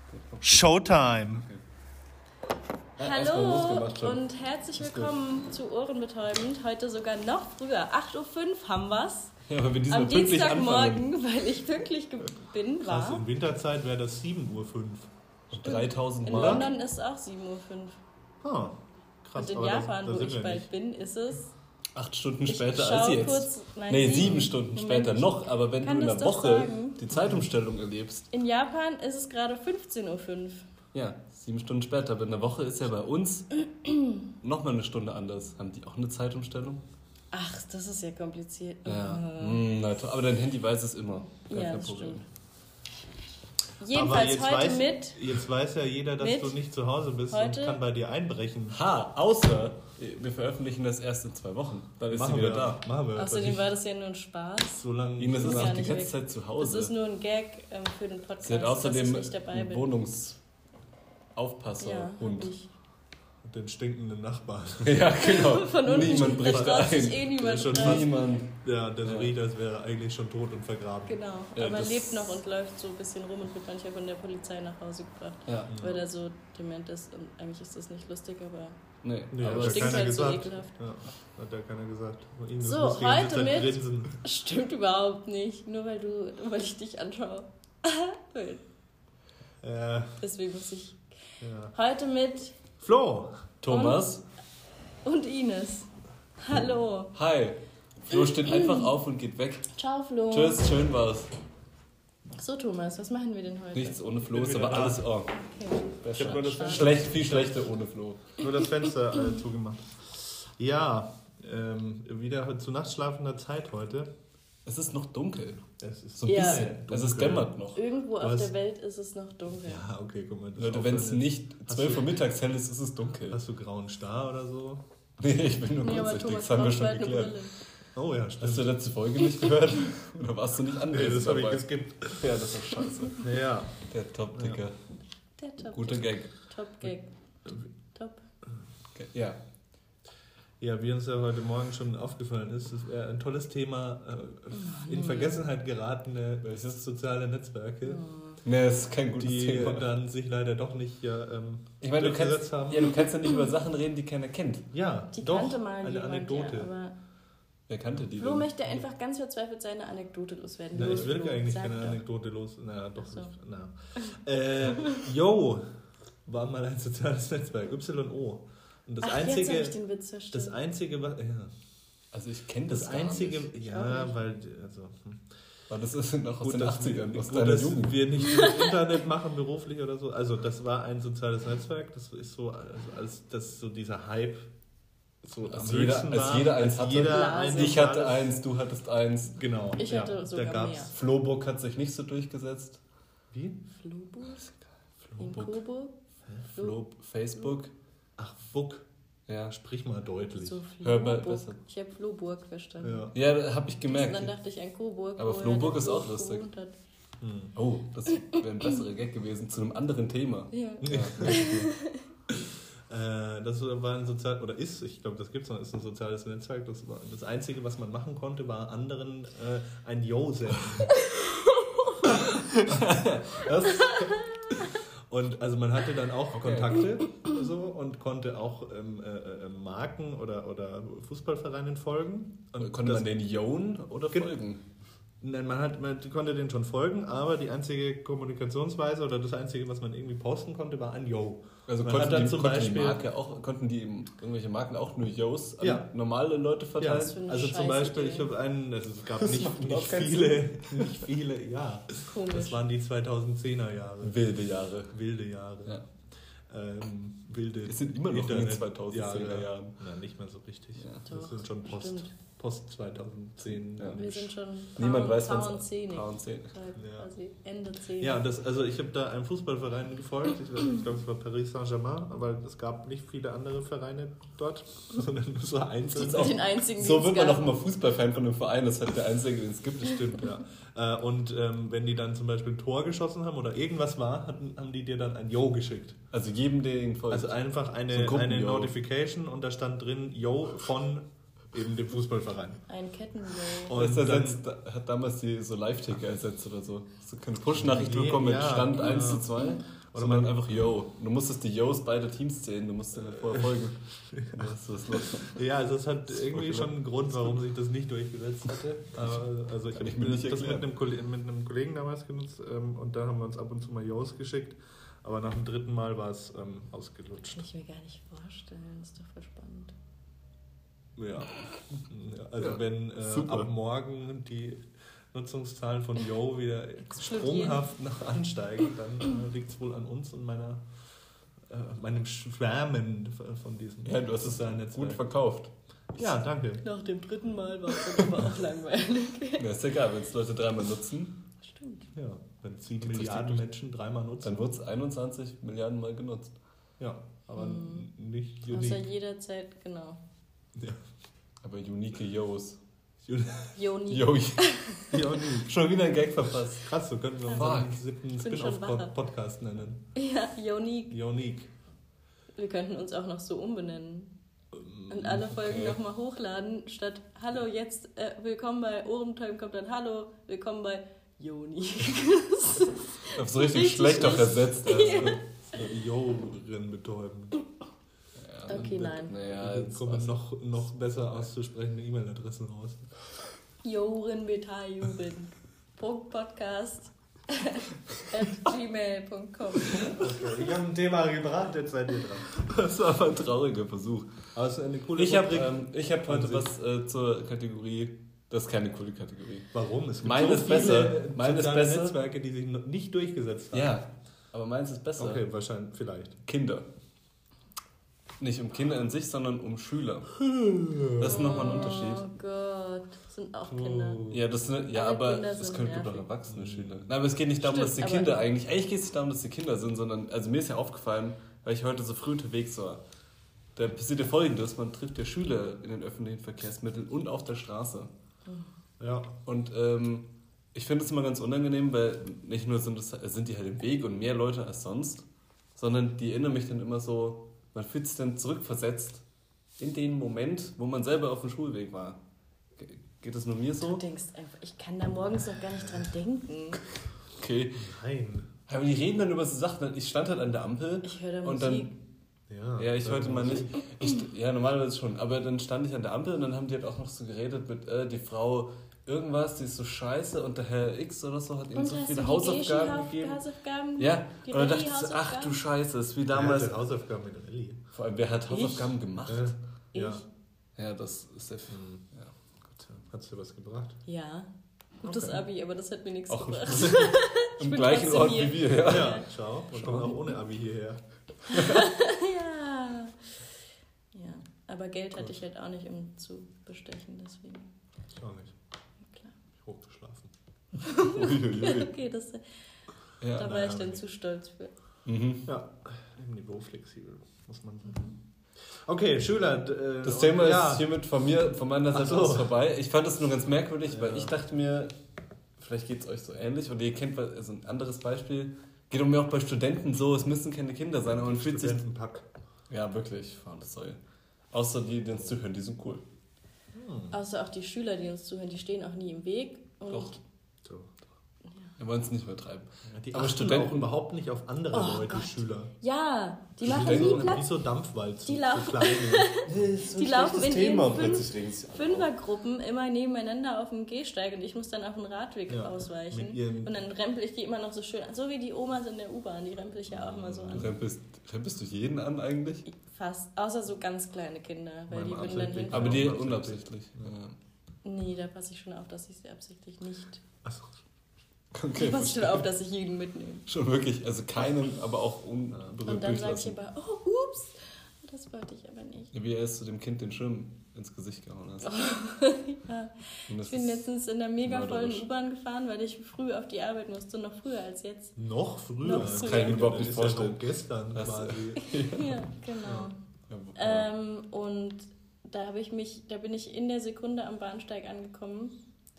Showtime! Hallo und herzlich willkommen zu Ohrenbetäubend. Heute sogar noch früher. 8.05 Uhr haben wir's. Ja, aber wir am Dienstagmorgen, weil ich pünktlich bin, war. Krass, in Winterzeit wäre das 7.05 Uhr. 3000 in Mark. London ist auch 7.05 Uhr. Ah, krass. Und in Japan, wo ich bald bin, ist es... 8 Stunden später als jetzt. 7 Stunden später noch. Aber wenn du in der Woche die Zeitumstellung erlebst. In Japan ist es gerade 15.05 Uhr. Ja, 7 Stunden später. Aber in der Woche ist ja bei uns nochmal eine Stunde anders. Haben die auch eine Zeitumstellung? Ach, das ist ja kompliziert. Ja. Aber dein Handy weiß es immer. Ja, das stimmt. Jedenfalls heute Jetzt weiß ja jeder, dass du nicht zu Hause bist und kann bei dir einbrechen. Außer wir veröffentlichen das erst in 2 Wochen. Dann ist sie wieder da. Außerdem war das ja nur ein Spaß. Ines ist auch die ganze Zeit zu Hause. Das ist nur ein Gag für den Podcast, sie hat außerdem dass ich nicht dabei bin. Wohnungsaufpasser Hund. Und den stinkenden Nachbarn. Ja, genau. Von unten niemand bricht da ein. Sich niemand. Ja, der so riecht, als wäre eigentlich schon tot und vergraben. Genau, ja, aber lebt noch und läuft so ein bisschen rum und wird manchmal von der Polizei nach Hause gebracht. Ja. Weil er so dement ist und eigentlich ist das nicht lustig, aber... Nee, aber es stinkt halt so ekelhaft. Ja, hat ja keiner gesagt. So, heute mit... Grinsen. Stimmt überhaupt nicht, nur weil ich dich anschaue. Deswegen muss ich... Ja. Heute mit... Flo! Thomas. Und Ines. Hallo. Hi. Flo steht einfach auf und geht weg. Ciao, Flo. Tschüss, schön war's. So, Thomas, was machen wir denn heute? Nichts ohne Flo, ist aber alles... Oh. Okay. Viel schlechter ohne Flo. Nur das Fenster zugemacht. Ja, wieder zu nachtschlafender Zeit heute. Es ist noch dunkel. Es ist so ein bisschen. Also es dämmert noch. Irgendwo auf der Welt ist es noch dunkel. Ja, okay, guck mal. Leute, wenn es nicht 12 Uhr mittags hell ist, ist es dunkel. Hast du grauen Star oder so? Nee, ich bin nur kurzsichtig. Das haben wir schon geklärt. Oh ja, stimmt. Hast du letzte Folge nicht gehört? Oder warst du nicht anwesend? Nee, das habe ich geskippt. Ja, das ist scheiße. Ja. Der Top-Ticker. Der Top. Guter Gag. Top-Gag. Top. Ja. Ja, wie uns ja heute Morgen schon aufgefallen ist, es wäre ein tolles Thema, in Vergessenheit geratene soziale Netzwerke. Nee, das ist kein gutes Thema. Die dann sich leider doch nicht ich meine, du kannst ja nicht über Sachen reden, die keiner kennt. Ja, die doch, kannte mal eine jemand, Anekdote. Ja, aber wer kannte die? Flo möchte einfach ganz verzweifelt seine Anekdote loswerden. Na, ich will eigentlich keine Anekdote los. Na, doch so. nicht. Na. Yo, war mal ein soziales Netzwerk, YO. Und das Einzige, jetzt hab ich den Witz verstanden. Das Einzige, was... Ja. Also ich kenne das Einzige, gar nicht. Ja, weil... Also, weil das ist noch aus den 80ern, aus deiner Jugend. Dass wir nicht das Internet machen, beruflich oder so. Also das war ein soziales Netzwerk, das ist so, als das so dieser Hype so als jeder eins hatte. Ich hatte eins, du hattest eins. Genau. Ich hatte sogar mehr. Floburg hat sich nicht so durchgesetzt. Wie? Floburg? Facebook. Ach, Fuck. Ja. Sprich mal deutlich. So Hörbar besser. Ich habe Floburg verstanden. Ja, habe ich gemerkt. Und dann dachte ich an Coburg. Aber Floburg ist auch lustig. Oh, das wäre ein besserer Gag gewesen zu einem anderen Thema. Ja. Das war ein ich glaube, das gibt es noch, ist ein soziales Netzwerk. Das Einzige, was man machen konnte, war anderen ein Yo senden. Und also man hatte dann auch Kontakte so, und konnte auch Marken oder Fußballvereinen folgen. Und konnte man den Yoen oder folgen? Nein, man konnte den schon folgen, aber die einzige Kommunikationsweise oder das Einzige, was man irgendwie posten konnte, war ein Yo. Also konnten irgendwelche Marken auch nur Yos an normale Leute verteilen? Ja, also zum Beispiel, ich habe es gab nicht viele, ja. Komisch. Das waren die 2010er Jahre. Wilde Jahre. Ja. Wir sind immer noch in den 2010er Jahren. Nein, nicht mehr so richtig. Ja. Das sind schon Post 2010. Ja. Wir sind schon niemand weiß, Paar und 10. Quasi Ende 10. Ja, ich habe da einem Fußballverein gefolgt. Ich glaube, es war Paris Saint-Germain, aber es gab nicht viele andere Vereine dort, sondern nur so einzelne. Den einzigen, so wird man auch immer Fußballfan von einem Verein, das ist halt der einzige, den es gibt. Das stimmt, ja. Und wenn die dann zum Beispiel ein Tor geschossen haben oder irgendwas war, haben die dir dann ein Yo geschickt. Also jedem, der ihn folgt. Also einfach eine Notification und da stand drin Yo von eben dem Fußballverein. Ein Kettenyo. Und hat damals die so Live-Ticker ersetzt oder so. So eine Push-Nachricht bekommen mit Stand 1:2. Sondern einfach Yo. Du musstest die Yos beider Teams zählen, du musst denen vorher folgen. Ja, also es hat irgendwie schon einen Grund, warum sich das nicht durchgesetzt hatte. Also ich habe das mit einem Kollegen damals genutzt und da haben wir uns ab und zu mal Yos geschickt. Aber nach dem 3. Mal war es ausgelutscht. Kann ich mir gar nicht vorstellen, das ist doch voll spannend. Ja, also wenn ab morgen die Nutzungszahlen von Yo wieder sprunghaft ansteigen, dann liegt es wohl an uns und meinem Schwärmen von diesem. Ja, du hast es ja gut verkauft. Ja, danke. Nach dem 3. Mal war es aber auch langweilig. Ja, ist egal, wenn es Leute 3-mal nutzen. Stimmt. Ja, wenn 7 Milliarden Menschen 3-mal nutzen. Dann wird es 21 Milliarden Mal genutzt. Ja, aber nicht unique. Außer jederzeit, genau. Ja. Aber unique Yos. Joni. Schon wieder ein Gag verpasst. Krass, so könnten wir unseren 7. Spin-off-Podcast nennen. Ja, Jonique. Jonique. Wir könnten uns auch noch so umbenennen. Und alle Folgen nochmal hochladen, statt Hallo, jetzt willkommen bei Ohrentime kommt dann Hallo, willkommen bei Joni. Auf so richtig schlecht auch ersetzt. Jorin betäuben. Okay, nein. Naja, kommen noch besser auszusprechende E-Mail-Adressen raus. jorinbeteiligen.podcast@gmail.com. Okay, ich habe ein Thema gebracht, jetzt seid ihr dran. Das war aber ein trauriger Versuch. Aber es ist eine coole Ich habe heute was zur Kategorie. Das ist keine coole Kategorie. Warum? Es gibt meines so besser. Meines besser. Netzwerke, die sich nicht durchgesetzt haben. Ja, aber meins ist besser. Okay, wahrscheinlich, vielleicht. Kinder. Nicht um Kinder an sich, sondern um Schüler. Das ist nochmal ein Unterschied. Oh Gott, das sind auch Kinder. Ja, aber es gibt doch erwachsene Schüler. Nein, aber es geht nicht darum, dass die Kinder eigentlich geht es nicht darum, dass die Kinder sind, sondern, also mir ist ja aufgefallen, weil ich heute so früh unterwegs war, da passiert ja Folgendes, man trifft ja Schüler in den öffentlichen Verkehrsmitteln und auf der Straße. Ja. Und ich finde es immer ganz unangenehm, weil nicht nur sind die halt im Weg und mehr Leute als sonst, sondern die erinnern mich dann immer so, man fühlt sich dann zurückversetzt in den Moment, wo man selber auf dem Schulweg war. Geht das nur mir so? Du denkst einfach, ich kann da morgens noch gar nicht dran denken. Okay. Nein. Aber die reden dann über so Sachen. Ich stand halt an der Ampel. Ich höre da und Musik. Dann, ja, ich hörte mal nicht. Ja, normalerweise schon. Aber dann stand ich an der Ampel und dann haben die halt auch noch so geredet mit die Frau irgendwas, die ist so scheiße und der Herr X oder so hat ihnen so viele Hausaufgaben gegeben. Ja, und dann dachte ich so, ach du Scheiße, ist wie damals. Wer hat Hausaufgaben mit Rallye? Vor allem, wer hat Hausaufgaben gemacht? Ja. Ja, das ist sehr viel. Ja. Gut. Hat's dir was gebracht? Ja. Gutes Abi, aber das hat mir nichts gebracht. Im gleichen Ort wie wir, ja. Ja, schau. Man kommt auch ohne Abi hierher. Ja. Ja, aber Geld hatte ich halt auch nicht, um zu bestechen, deswegen. Ich auch nicht. Klar. Hochgeschlafen. Okay, da war ich dann zu stolz für. Mhm. Ja, im Niveau flexibel, muss man sagen. Okay, Schüler. Das Thema ist hiermit von meiner Seite aus vorbei. Ich fand das nur ganz merkwürdig, weil ich dachte mir, vielleicht geht es euch so ähnlich, oder ihr kennt also ein anderes Beispiel. Geht um mir auch bei Studenten so, es müssen keine Kinder sein, aber man fühlt sich... Studentenpack. Ja, wirklich, das soll. Außer die uns zuhören, die sind cool. Außer auch die Schüler, die uns zuhören, die stehen auch nie im Weg. Und Doch. So. Wir wollen es nicht übertreiben. Ja, die aber achten Studenten auch überhaupt nicht auf andere Leute, Gott. Schüler. Ja, die machen Studenten nie Platz. Wie so Dampfwalzen. Die laufen- so kleine. Die laufen in ihren plötzlich regen sie sich auf. Fünfergruppen immer nebeneinander auf dem Gehsteig und ich muss dann auf den Radweg Ja, ausweichen. mit ihren- Und dann rempel ich die immer noch so schön an. So wie die Omas in der U-Bahn, die rempel ich ja auch immer so an. Rempelst du jeden an eigentlich? Fast. Außer so ganz kleine Kinder, weil die Meinem würden dann absichtlich. hinten. Aber die Unabsichtlich. unabsichtlich. Ja. Nee, da passe ich schon auf, dass ich sie absichtlich nicht. Achso. Okay, Da passe ich schon auf, dass ich jeden mitnehme. schon wirklich, also keinen, aber auch unberührt Und dann sage ich durchlassen. aber, oh, ups, das wollte ich aber nicht. Ja, wie er es zu dem Kind den Schirm ins Gesicht gehauen hat. Ja. Und das Ich bin ist letztens in einer mega vollen mörderisch. U-Bahn gefahren, weil ich früh auf die Arbeit musste, noch früher als jetzt. Noch früher? Noch Das früher. kann ich mir überhaupt das nicht ist ja vorstellen. noch gestern Das- quasi. Ja, genau. Ja, Und da bin ich in der Sekunde am Bahnsteig angekommen,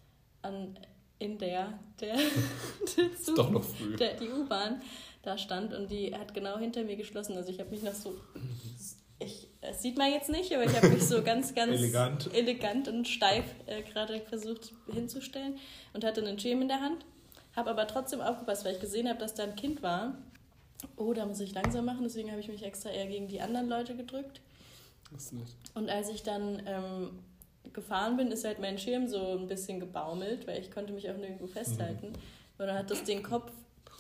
der Zug, doch noch früh. die U-Bahn da stand und die hat genau hinter mir geschlossen. Also ich habe mich noch so, das sieht man jetzt nicht, aber ich habe mich so ganz, ganz elegant und steif gerade versucht hinzustellen und hatte einen Schirm in der Hand, habe aber trotzdem aufgepasst, weil ich gesehen habe, dass da ein Kind war. Oh, da muss ich langsam machen, deswegen habe ich mich extra eher gegen die anderen Leute gedrückt. Das ist nicht. Und als ich dann gefahren bin, ist halt mein Schirm so ein bisschen gebaumelt, weil ich konnte mich auch nirgendwo festhalten. Und dann hat das den Kopf...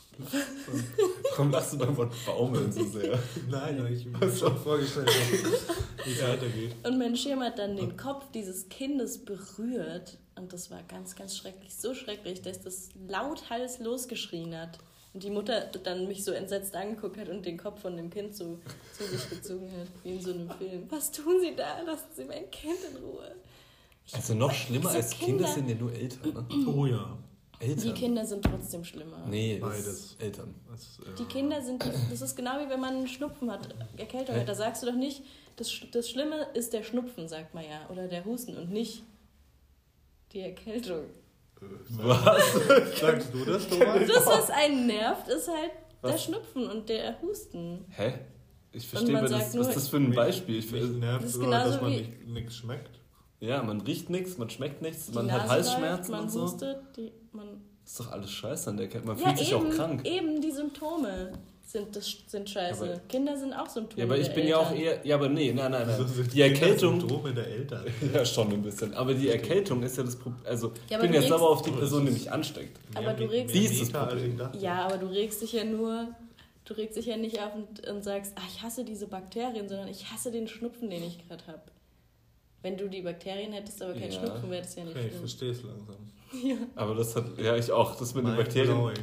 Warum lachst du beim Wort baumeln so sehr? Nein, ich habe mir schon vorgestellt, wie es weitergeht. Und mein Schirm hat dann den Kopf dieses Kindes berührt. Und das war ganz, ganz schrecklich. So schrecklich, dass das lauthals losgeschrien hat. Und die Mutter dann mich so entsetzt angeguckt hat und den Kopf von dem Kind so zu sich gezogen hat, wie in so einem Film. Was tun Sie da? Lassen Sie mein Kind in Ruhe. Also noch schlimmer als Kinder sind ja nur Eltern, ne? Oh ja. Eltern. Die Kinder sind trotzdem schlimmer. Nee, beides. Eltern. Die Kinder sind, das ist genau wie wenn man einen Schnupfen hat, Erkältung hat. Da sagst du doch nicht, das Schlimme ist der Schnupfen, sagt man ja. Oder der Husten und nicht die Erkältung. Was? Sagst du das, Thomas? Das, was einen nervt, ist halt der Schnupfen und der Husten. Hä? Ich verstehe mal, was ist das für ein Beispiel? Mich nervt es nur, dass man nichts schmeckt. Ja, man riecht nichts, man schmeckt nichts, man hat Halsschmerzen und so. Man hustet, Das ist doch alles scheiße an der Erkältung. Man fühlt fühlt sich auch krank. Eben die Symptome sind scheiße. Aber Kinder sind auch Symptome. Ja, aber ich bin ja auch eher. Ja, aber nein. Die Erkältung. Symptome der Eltern. Ja, schon ein bisschen. Aber die Erkältung ist ja das Problem. Also, ich bin jetzt sauer auf die Person, die mich ansteckt. Aber du regst die ist das Problem. Ja, aber du regst dich ja nur. Du regst dich ja nicht auf und sagst, ich hasse diese Bakterien, sondern ich hasse den Schnupfen, den ich gerade habe. Wenn du die Bakterien hättest, aber kein Schnupfen, wäre das ja nicht schlimm. Ich verstehe es langsam. Ja. Aber das hat, ich auch, das mit den Bakterien. Blowing.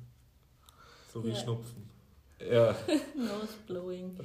So wie Schnupfen. Ja. Nose blowing.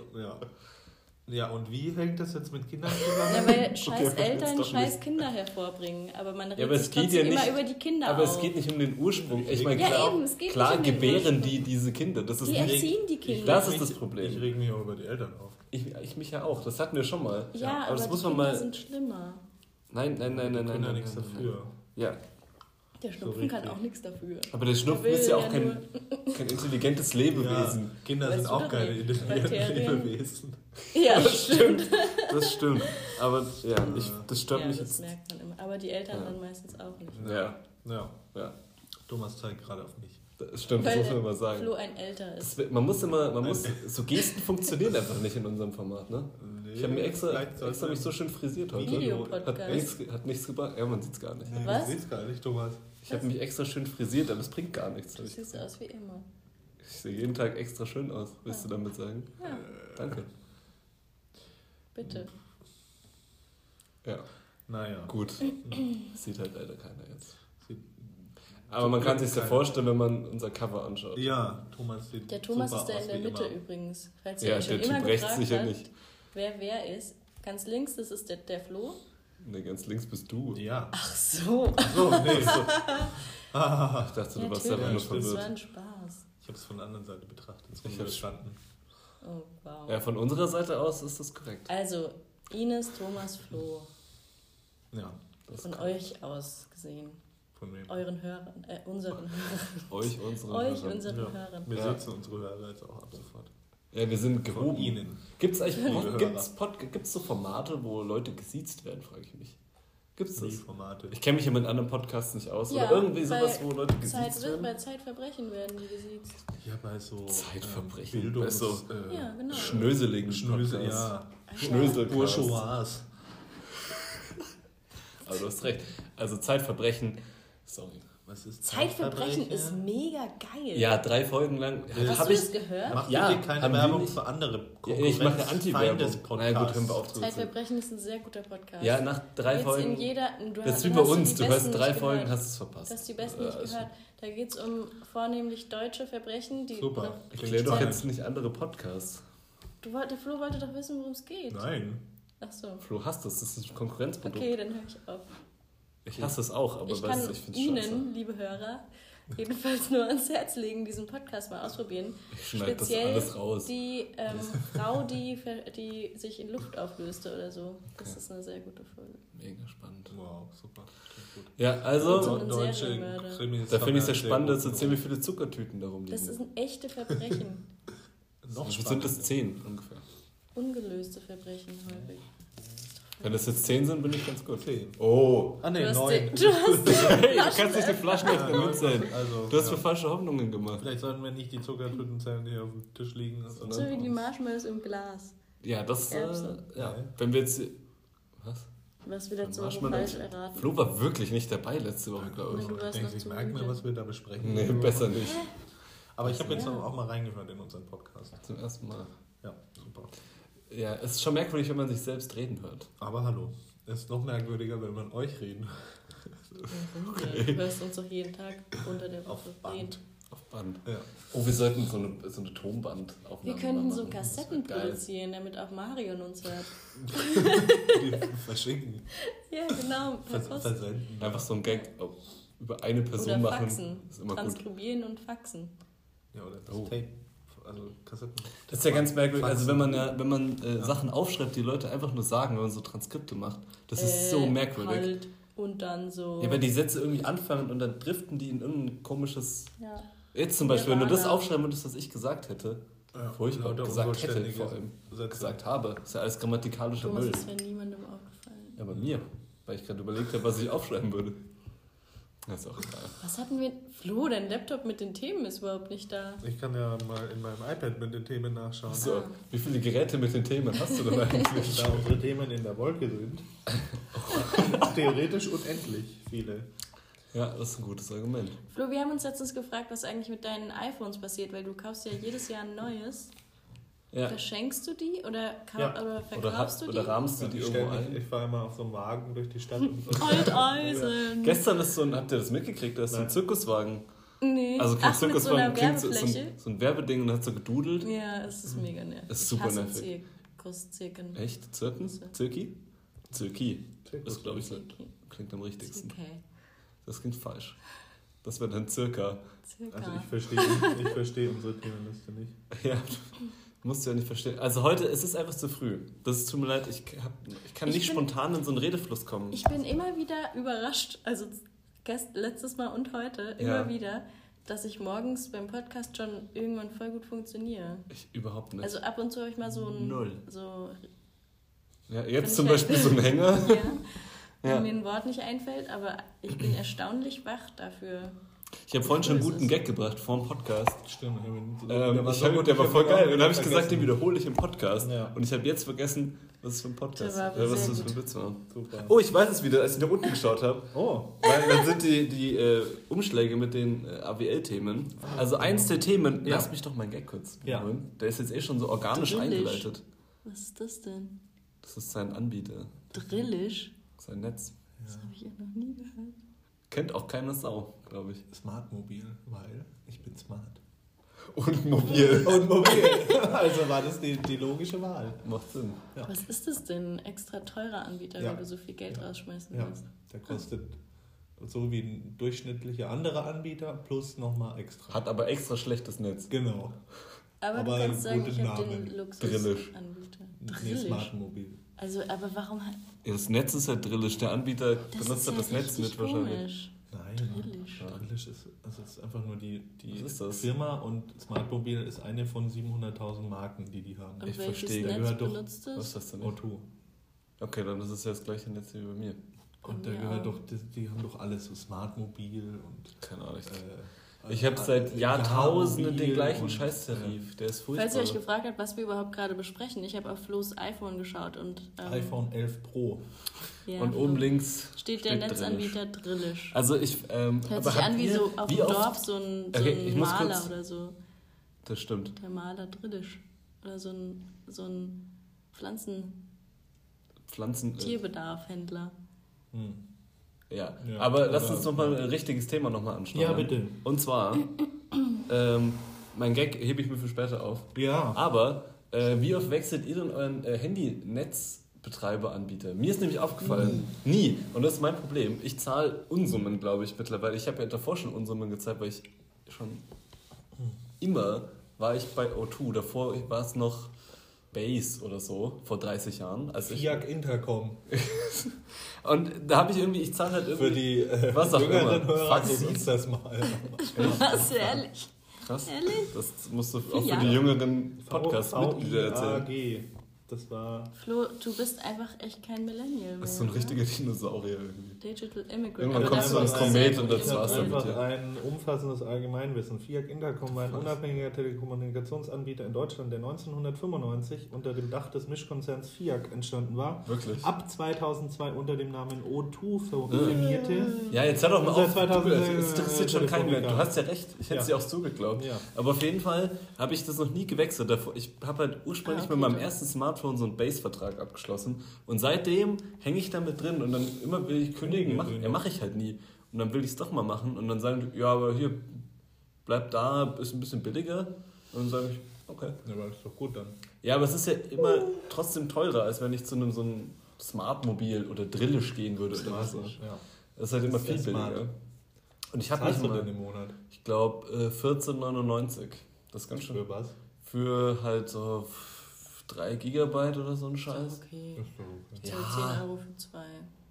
Ja, und wie hängt das jetzt mit Kindern zusammen? Ja, weil scheiß Eltern scheiß Kinder hervorbringen. Aber man redet sich trotzdem immer über die Kinder Aber auf. Es geht nicht um den Ursprung. Ich meine, klar um gebären die diese Kinder. Das ist die erziehen die Kinder. Das ist das Problem. Ich reg mich auch über die Eltern auf. Ich mich ja auch. Das hatten wir schon mal. Ja, aber das muss man mal. Sind schlimmer. Nein. Die können ja nichts dafür. Ja. Der Schnupfen kann auch nichts dafür. Aber der Schnupfen ist ja auch kein intelligentes Lebewesen. Ja, Kinder sind auch keine intelligenten Lebewesen. Ja, das stimmt. Das stimmt. Aber das stört mich jetzt. Das merkt man immer. Aber die Eltern dann meistens auch nicht. Ja. Thomas zeigt gerade auf mich. Das stimmt, das muss man immer sagen. Flo ein älter ist. So Gesten funktionieren einfach nicht in unserem Format, ne? Nee, ich habe mir extra mich so schön frisiert heute. Hat nichts gebracht. Ja, man sieht es gar nicht. Was? Man sieht es gar nicht, Thomas. Ich habe mich extra schön frisiert, aber es bringt gar nichts. Du siehst aus wie immer. Ich sehe jeden Tag extra schön aus, willst du damit sagen? Ja. Danke. Bitte. Ja. Naja. Gut. Sieht halt leider keiner jetzt. Aber man kann sich ja vorstellen, wenn man unser Cover anschaut. Ja, Thomas sieht Der Thomas ist da in der Mitte übrigens. Falls ihr euch schon immer gefragt habt, wer ist. Ganz links, das ist der Flo. Ne, ganz links bist du. Ja. Ach so. Nee. Ich dachte, du warst selber nur verwirrt. Das war ein Spaß. Ich habe es von der anderen Seite betrachtet. Ich habe es verstanden. Oh, wow. Ja, von unserer Seite aus ist das korrekt. Also, Ines, Thomas, Flo. Ja. Von euch aus gesehen. Von wem? Euren Hörern, unseren Hörern. unseren Hörern. Wir sitzen unsere Hörer jetzt auch ab sofort. Ja, wir sind gehoben. Von Ihnen. Gibt's so Formate, wo Leute gesiezt werden, frage ich mich. Gibt's das? Formate. Ich kenne mich ja mit anderen Podcasts nicht aus. Ja, oder irgendwie sowas, wo Leute gesiezt werden. Bei Zeitverbrechen werden die gesiezt. Ja, bei so Zeitverbrechen. Bildungs... ja, genau. Schnöseligen Schnösel, ja. Schnösel. Bourgeois. Aber du hast recht. Also Zeitverbrechen... Sorry. Was ist Zeitverbrechen ist mega geil. Ja, 3 Folgen lang. Hast du das gehört? Macht bitte keine Werbung für andere Konkurrenz. Ich mache eine Anti-Werbung. Na gut, hören wir auf. Zeitverbrechen ist ein sehr guter Podcast. Ja, nach 3 Folgen. Das ist wie bei uns. Du hörst 3 Folgen, hast es verpasst. Du hast die besten nicht gehört. Da geht es um vornehmlich deutsche Verbrechen. Die super. Ich kläre doch jetzt nicht andere Podcasts. Der Flo wollte doch wissen, worum es geht. Nein. Ach so. Flo hasst das ist ein Konkurrenzprodukt. Okay, dann höre ich auf. Ich hasse es auch, aber ich finde es scheiße. Ihnen, liebe Hörer, jedenfalls nur ans Herz legen, diesen Podcast mal ausprobieren. Ich schneide das alles raus. Die Frau, die sich in Luft auflöste oder so. Das ist eine sehr gute Folge. Mega spannend. Wow, super. Gut. Ja, also, deutsche da finde ich es sehr spannend, dass erzählen, wie viele Zuckertüten darum liegen. Das ist ein echte Verbrechen. Noch sind das 10 ungefähr. Ungelöste Verbrechen häufig. Wenn das jetzt 10 sind, bin ich ganz gut. 10. Oh. Ah ne, 9. Du kannst nicht die Flaschenhälfte mit sein. Also, du hast mir falsche Hoffnungen gemacht. Vielleicht sollten wir nicht die Zuckertüten zählen, die auf dem Tisch liegen. So wie die Marshmallows im Glas. Ja, das ja. Wenn wir jetzt... Was wir letzte Woche falsch erraten. Flo war wirklich nicht dabei letzte Woche, glaube ich. Ich merke mir, was wir da besprechen. Nee, besser nicht. Aber ich habe jetzt auch mal reingehört in unseren Podcast. Zum ersten Mal. Ja, super. Ja, es ist schon merkwürdig, wenn man sich selbst reden hört. Aber hallo, es ist noch merkwürdiger, wenn man euch reden. Okay. Du hörst uns doch jeden Tag unter der Woche reden. Auf Band. Ja. Oh, wir sollten so eine Tonbandaufnahme Wir können so Kassetten produzieren, damit auch Marion uns hört. Die verschicken. Ja, genau. Versenden. Einfach so ein Gag über eine Person oder machen. Faxen. Ist immer transkribieren und faxen. Ja, oder das Tape. Also Kassetten. Das ist ja ganz merkwürdig. Also wenn man Sachen aufschreibt, die Leute einfach nur sagen, wenn man so Transkripte macht, das ist so merkwürdig. Halt und dann so... Ja, weil die Sätze irgendwie anfangen und dann driften die in irgendein komisches... Ja. Jetzt zum Beispiel, wenn du das aufschreiben würdest, was ich gesagt hätte, furchtbar gesagt hätte vor allem, gesagt habe, ist ja alles grammatikalischer Müll. Das ist ja niemandem aufgefallen. Ja, bei mir, weil ich gerade überlegt habe, was ich aufschreiben würde. Das ist auch egal. Was hatten wir... Flo, dein Laptop mit den Themen ist überhaupt nicht da. Ich kann ja mal in meinem iPad mit den Themen nachschauen. So, wie viele Geräte mit den Themen hast du denn eigentlich? Da unsere Themen in der Wolke sind. Theoretisch unendlich viele. Ja, das ist ein gutes Argument. Flo, wir haben uns letztens gefragt, was eigentlich mit deinen iPhones passiert, weil du kaufst ja jedes Jahr ein neues. Ja. Verschenkst du die oder verkaufst du die? Oder rahmst du die irgendwo ein? Ich fahre immer auf so einem Wagen durch die Stadt. Und so. Alteisen! Gestern ist habt ihr das mitgekriegt, da ist so ein Zirkuswagen. Nee. Also kein Zirkuswagen, mit so so ein Werbeding und hat so gedudelt. Ja, es ist mega nervig. Es ist super nervig. Zirken. Echt? Zirken? Zirki? Zirki. Das glaube ich klingt am richtigsten. Okay. Das klingt falsch. Das wäre dann Circa. Also ich verstehe unsere Themenliste nicht. Ja, musst du ja nicht verstehen. Also heute ist es einfach zu früh. Das tut mir leid, ich kann nicht spontan in so einen Redefluss kommen. Ich bin immer wieder überrascht, also letztes Mal und heute, immer wieder, dass ich morgens beim Podcast schon irgendwann voll gut funktioniere. Ich überhaupt nicht. Also ab und zu habe ich mal so ein... Null. So, ja, jetzt zum Beispiel so ein Hänger. wenn mir ein Wort nicht einfällt, aber ich bin erstaunlich wach dafür. Ich habe vorhin schon einen guten Gag gebracht vor dem Podcast. Stimmt. Der war voll geil. Und dann habe ich gesagt, den wiederhole ich im Podcast. Ja. Und ich habe jetzt vergessen, was es für ein Podcast ist. Was das für ein Witz war. Super. Oh, ich weiß es wieder, als ich nach unten geschaut habe. Oh. Weil dann sind die Umschläge mit den AWL-Themen. Also eins der Themen, lass mich doch meinen Gag kurz holen. Der ist jetzt schon so organisch eingeleitet. Was ist das denn? Das ist sein Anbieter. Drillisch? Sein Netz. Das habe ich ja noch nie gehört. Kennt auch keine Sau, glaube ich. Smartmobil, weil ich bin smart. Und mobil. Also war das die logische Wahl. Macht Sinn. Ja. Was ist das denn? Extra teurer Anbieter, weil du so viel Geld rausschmeißen musst? Der kostet so wie ein durchschnittlicher anderer Anbieter plus nochmal extra. Hat aber extra schlechtes Netz. Genau. Aber du kannst sagen, ich habe den Luxusanbieter. Nee, Smartmobil. Also, aber warum hat... Das Netz ist halt drillisch. Der Anbieter benutzt halt das Netz mit wahrscheinlich. Nein. Drillisch. Drillisch ist einfach nur die Firma und Smartmobil ist eine von 700.000 Marken, die haben. Und ich verstehe. Netz benutzt das? Was ist das denn? O2. Okay, dann ist es ja das gleiche Netz wie bei mir. Und da gehört doch, die haben doch alles, so Smartmobil und... Keine Ahnung. Ich habe seit Jahrtausenden den gleichen Scheißtarif. Der ist furchtbar. Falls ihr euch gefragt habt, was wir überhaupt gerade besprechen, ich habe auf Flo's iPhone geschaut und... iPhone 11 Pro. Ja, und oben links steht der Netzanbieter Drillisch. Also ich... hört sich an wie so auf dem Dorf so ein Maler oder so. Das stimmt. Der Maler Drillisch. Oder so ein Tierbedarfhändler. Ja, aber lass uns nochmal ein richtiges Thema nochmal anschauen. Ja, bitte. Und zwar, mein Gag hebe ich mir für später auf. Ja. Aber, wie oft wechselt ihr denn euren Handy-Netzbetreiberanbieter? Mir ist nämlich aufgefallen, nie. Und das ist mein Problem. Ich zahle Unsummen, glaube ich, mittlerweile. Ich habe ja davor schon Unsummen gezahlt, weil ich schon immer war ich bei O2. Davor war es noch Base oder so, vor 30 Jahren. FIAC Intercom. Und da habe ich irgendwie, ich zahle halt irgendwie... Für die was auch jüngeren immer. Hörer, so uns das mal. Was, ehrlich? Krass. Ehrlich? Das musst du auch für die jüngeren Podcast-Mitglieder erzählen. Das war... Flo, du bist einfach echt kein Millennial mehr. Das ist so ein richtiger Dinosaurier irgendwie. Digital Immigrant. Irgendwann kommt so ein Komet und das war's dann mit dir. Ein umfassendes Allgemeinwissen. FIAC Intercom war ein unabhängiger Telekommunikationsanbieter in Deutschland, der 1995 unter dem Dach des Mischkonzerns FIAC entstanden war. Wirklich? Ab 2002 unter dem Namen O2 firmierte. Ja, jetzt hör doch mal auf. Das interessiert schon keinen mehr. Du hast ja recht. Ich hätte es dir auch so geglaubt. Ja. Aber auf jeden Fall habe ich das noch nie gewechselt. Ich habe halt ursprünglich mit meinem ersten Smartphone so einen Base-Vertrag abgeschlossen und seitdem hänge ich damit drin und dann immer will ich kündigen, mache ich halt nie. Und dann will ich es doch mal machen und dann sagen die, ja, aber hier, bleib da, ist ein bisschen billiger. Und dann sage ich, okay. Ja, aber ist doch gut dann. Ja, aber es ist ja immer trotzdem teurer, als wenn ich zu einem so einem Smartmobil oder Drillisch gehen würde. Oder so. Ja. Das ist halt immer viel billiger. Und ich habe was hast du denn im Monat? Ich glaube 14,99. Das ist ganz schön. Für was? Für halt so 3 Gigabyte oder so ein Scheiß. Okay. Ja. 10 Euro für 2.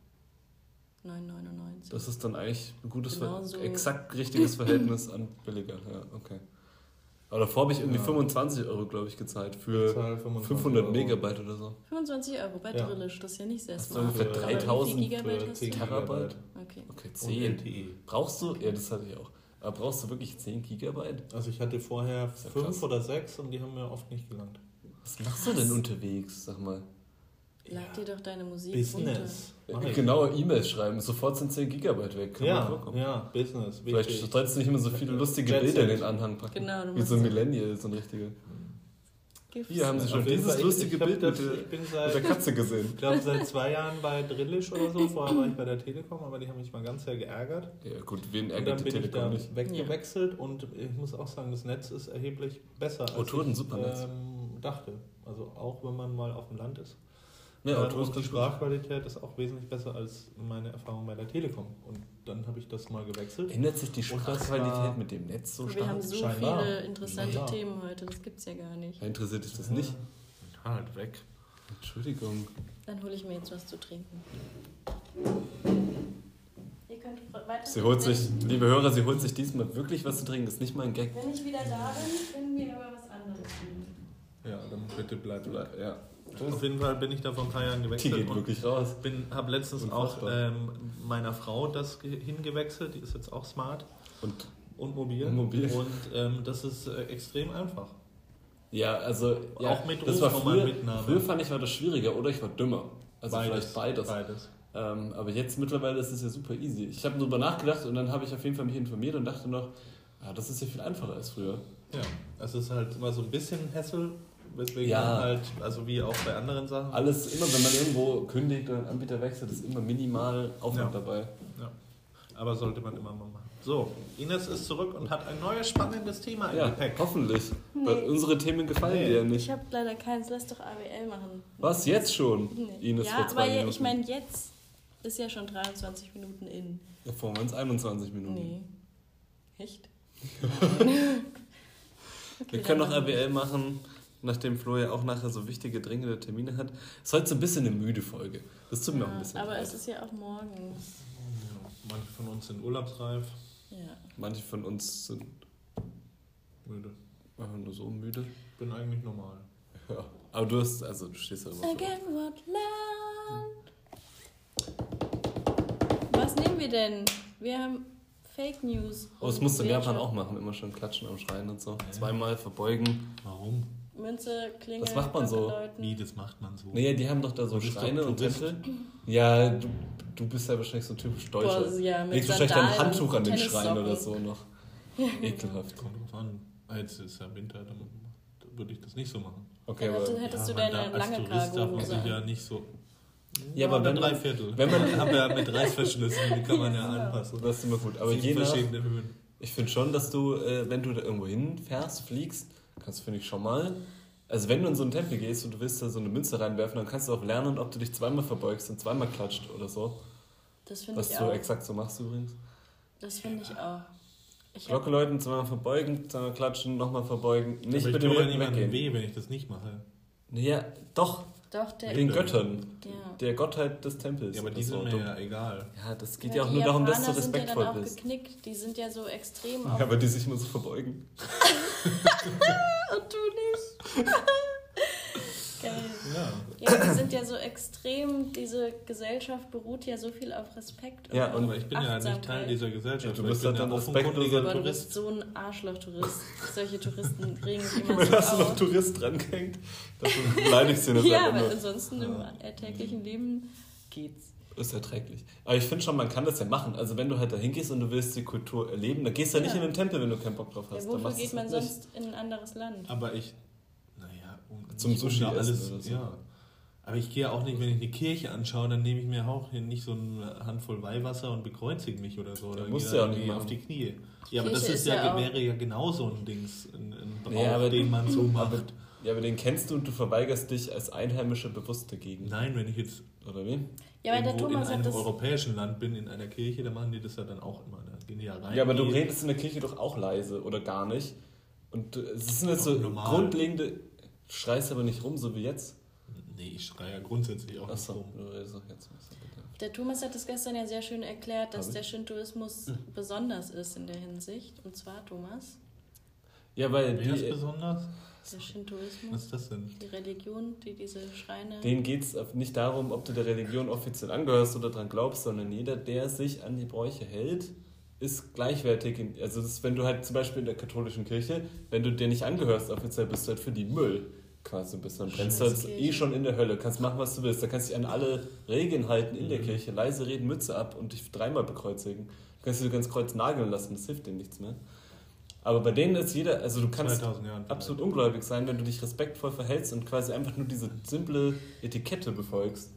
9,99. Das ist dann eigentlich ein gutes, Genau so. exakt richtiges Verhältnis an billiger. Ja, okay. Aber davor habe ich irgendwie 25 Euro, glaube ich, gezahlt für 500 Euro. Megabyte oder so. 25 Euro bei Drillisch, das ist ja nicht sehr hast smart. Du ungefähr 3000 Gigabyte hast du? Terabyte. Okay 10. Brauchst du? Ja, das hatte ich auch. Aber brauchst du wirklich 10 Gigabyte? Also ich hatte vorher 5 oder 6 und die haben mir oft nicht gelangt. Was machst du denn unterwegs, sag mal? Lad dir doch deine Musik Business. Genau, E-Mails schreiben. Sofort sind 10 Gigabyte weg. Kann man vorkommen. Ja, Business. Vielleicht solltest du nicht immer so viele lustige Bilder in den Anhang packen. Genau, wie so ein Millennial, so ein richtiger. Hier haben Sie schon dieses lustige Bild mit der Katze gesehen. Ich glaube, seit 2 Jahren bei Drillisch oder so. Vorher war ich bei der Telekom, aber die haben mich mal ganz sehr geärgert. Ja gut, wen ärgert und dann die bin Telekom ich da weggewechselt und ich muss auch sagen, das Netz ist erheblich besser, als ich dachte. Also auch wenn man mal auf dem Land ist. Ja, und die Sprachqualität ist auch wesentlich besser als meine Erfahrung bei der Telekom. Und dann habe ich das mal gewechselt. Ändert sich die Sprachqualität mit dem Netz so stark? Wir haben so viele interessante Themen heute, das gibt's ja gar nicht. Interessiert dich das nicht? Halt weg. Entschuldigung. Dann hole ich mir jetzt was zu trinken. Ihr könnt weiter. Sie holt sich, liebe Hörer, sie holt sich diesmal wirklich was zu trinken. Das ist nicht mal ein Gag. Wenn ich wieder da bin, können wir aber was anderes tun. Ja, dann bitte bleib. Ja. Auf jeden Fall bin ich da vor ein paar Jahren gewechselt. Die geht wirklich raus. Habe letztens auch meiner Frau das hingewechselt. Die ist jetzt auch smart und mobil. Und das ist extrem einfach. Ja, also auch mit das war früher fand ich war das schwieriger oder ich war dümmer. Also vielleicht beides. Aber jetzt mittlerweile ist es ja super easy. Ich habe darüber nachgedacht und dann habe ich auf jeden Fall mich informiert und dachte noch, das ist ja viel einfacher als früher. Ja, es ist halt immer so ein bisschen Hassel. Weswegen man halt, also wie auch bei anderen Sachen. Alles, immer wenn man irgendwo kündigt oder einen Anbieter wechselt, ist immer minimal Aufwand dabei. Ja, aber sollte man immer mal machen. So, Ines ist zurück und hat ein neues spannendes Thema im Gepäck. Hoffentlich. Nee. Weil unsere Themen gefallen dir ja nicht. Ich habe leider keins, lass doch AWL machen. Was, jetzt schon? Nee. Ines vor 2 Minuten. Ich meine, jetzt ist ja schon 23 Minuten in. Ja, vor uns 21 Minuten. Nee. Echt? Wir können noch AWL machen. Nachdem Flo ja auch nachher so wichtige, dringende Termine hat. Es ist heute so ein bisschen eine müde Folge. Das tut mir auch ein bisschen aber leid. es ist ja auch morgen. Ja, manche von uns sind urlaubsreif. Ja. Manche von uns sind müde. Einfach nur so müde. Ich bin eigentlich normal. Ja, aber du stehst da immer Again, what land? Was nehmen wir denn? Wir haben Fake News. Oh, das musst du in Japan auch machen. Immer schön klatschen am Schreien und so. Ja. 2-mal verbeugen. Warum? Münze, Klingel, das macht man so. Wie, das macht man so? Naja, die haben doch da so Schreine und Tempel. Ja, du bist ja wahrscheinlich so typisch Deutscher. Boah, ja, mit legst wahrscheinlich dein Handtuch an den Schrein oder so noch. Ekelhaft. Kommt drauf an. Jetzt ist ja Winter, dann würde ich das nicht so machen. Okay, aber hättest du deine lange Cargo-Hose ja nicht so. Ja, aber wenn 3/4. Wenn man haben wir mit Reißverschlüssen, die kann man ja anpassen. Das ist immer gut. Aber je verschiedene Höhen. Ich finde schon, dass du, wenn du da irgendwo hinfährst, fliegst, kannst du, finde ich, schon mal. Also wenn du in so einen Tempel gehst und du willst da so eine Münze reinwerfen, dann kannst du auch lernen, ob du dich 2-mal verbeugst und 2-mal klatscht oder so. Das finde ich auch. Was du exakt so machst übrigens. Das finde ich auch. Glocke läuten, 2-mal verbeugen, 2-mal klatschen, nochmal verbeugen. Nicht mit dem Rücken weggehen. Weh, wenn ich das nicht mache. Ja, doch. Den Göttern. Ja. Der Gottheit des Tempels. Ja, aber die sind mir ja egal. Ja, das geht ja auch nur darum, dass du respektvoll bist. bist. Geknickt. Die sind ja so extrem. Ja, aber die sich immer so verbeugen. Und du nicht. Geil. Ja. Ja, die sind ja so extrem, diese Gesellschaft beruht ja so viel auf Respekt. Ja, und ich bin ja nicht Teil dieser Gesellschaft. Ja, du bist halt ein respektloser Tourist. Du bist so ein Arschloch-Tourist. Solche Touristen regen sich immer so hast du noch Tourist drangehängt? Das beleidigst du nicht. Ja, aber ansonsten im alltäglichen Leben geht's. Ist erträglich. Aber ich finde schon, man kann das ja machen. Also wenn du halt da hingehst und du willst die Kultur erleben, dann gehst du ja nicht in den Tempel, wenn du keinen Bock drauf hast. Ja, wofür geht man sonst in ein anderes Land? Aber zum Sushi alles, oder so. Ja. Aber ich gehe auch nicht, wenn ich eine Kirche anschaue, dann nehme ich mir auch nicht so eine Handvoll Weihwasser und bekreuzige mich oder so. Oder musst ja auch nicht auf die Knie. Ja, aber das wäre ja genauso ein Dings, ein Brauch, den man so macht. Ja, aber den kennst du und du verweigerst dich als Einheimische bewusst dagegen. Nein, wenn ich jetzt oder wie? Ja, weil der Thomas in einem europäischen Land bin, in einer Kirche, da machen die das ja dann auch immer. Da gehen die ja rein. Ja, aber du redest in der Kirche doch auch leise oder gar nicht. Und es sind jetzt so grundlegende... Du schreist aber nicht rum, so wie jetzt? Nee, ich schreie ja grundsätzlich auch nicht rum. Der Thomas hat es gestern ja sehr schön erklärt, dass der Shintoismus besonders ist in der Hinsicht. Und zwar, Thomas? Ja, weil wer ist besonders? Der Shintoismus. Was ist das denn? Die Religion, die diese Schreine... Denen geht es nicht darum, ob du der Religion offiziell angehörst oder dran glaubst, sondern jeder, der sich an die Bräuche hält, ist gleichwertig. Also das ist, wenn du halt zum Beispiel in der katholischen Kirche, wenn du dir nicht angehörst offiziell, bist du halt für die Müll quasi ein bisschen. Dann brennst du halt schon in der Hölle. Kannst machen, was du willst. Da kannst du dich an alle Regeln halten in der Kirche. Leise reden, Mütze ab und dich 3-mal bekreuzigen. Du kannst dir ganz Kreuz nageln lassen, das hilft dir nichts mehr. Aber bei denen ist jeder, also du kannst absolut ungläubig sein, wenn du dich respektvoll verhältst und quasi einfach nur diese simple Etikette befolgst.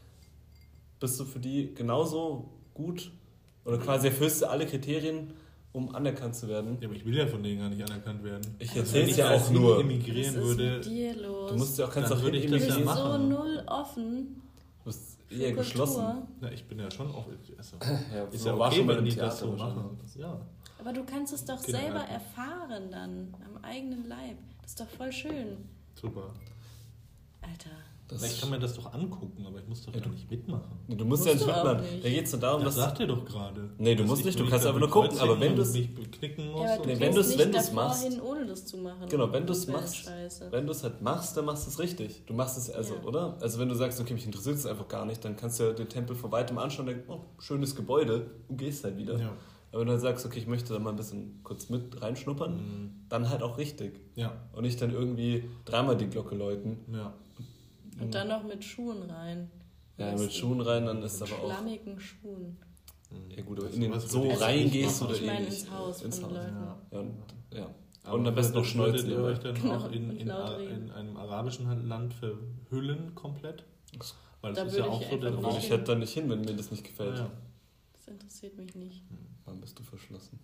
Bist du für die genauso gut oder quasi erfüllst du alle Kriterien, um anerkannt zu werden? Ja, aber ich will ja von denen gar nicht anerkannt werden. Ich erzähle es ja auch nur. Emigrieren würde, was ist mit dir los? Du musst ja auch, kannst auch hin emigrieren. Du bist so null offen. Du bist eher geschlossen. Na, ich bin ja schon offen. Also, ja, ist ja okay, wenn die das so machen. Ja. Aber du kannst es doch selber erfahren dann, am eigenen Leib. Das ist doch voll schön. Super. Alter. Ich kann mir das doch angucken, aber ich muss doch gar nicht mitmachen. Nee, du musst ja nicht mitmachen. Da geht es nur darum, das sagt ihr doch gerade. Nee, du musst nicht, du kannst einfach nur gucken. Aber wenn du es knicken musst... Ja, nee, wenn du es machst... Hin, ohne das zu machen. Genau, wenn du es machst, wenn du es halt machst, dann machst du es richtig. Du machst es also, oder? Also wenn du sagst, okay, mich interessiert es einfach gar nicht, dann kannst du ja den Tempel von weitem anschauen und denken, oh, schönes Gebäude, und gehst halt wieder. Ja. Aber wenn du halt sagst, okay, ich möchte da mal ein bisschen kurz mit reinschnuppern, dann halt auch richtig. Ja. Und nicht dann irgendwie 3-mal die Glocke läuten. Ja. Und dann noch mit Schuhen rein. Ja, mit Schuhen rein, dann ist aber auch... schlammigen Schuhen. Ja gut, aber in den so reingehst oder ich meine ins Haus von den Leuten. Ja. Und am besten noch schneuzen. Würdet ihr euch dann auch in einem arabischen Land verhüllen komplett? Weil das ist ja auch so der... Da würde ich halt dann nicht hin, wenn mir das nicht gefällt. Ja. Das interessiert mich nicht. Wann bist du verschlossen?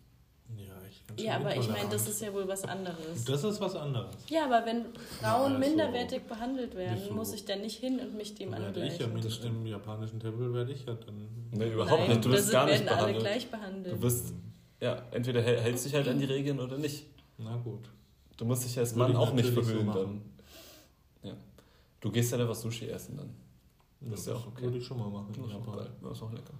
Ja, aber ich meine, das ist ja wohl was anderes. Das ist was anderes. Ja, aber wenn Frauen minderwertig behandelt werden, muss ich dann nicht hin und mich dem angleichen. Im japanischen Tempel werde ich ja dann... Nee, überhaupt nicht. Du wirst gar nicht behandelt. Alle gleich behandelt. Du wirst, entweder hältst dich halt an die Regeln oder nicht. Na gut. Du musst dich als Mann auch nicht verhüllen dann. Ja. Du gehst dann einfach Sushi essen dann. Das ist ja auch okay. Würde ich schon mal machen. Das ist auch lecker.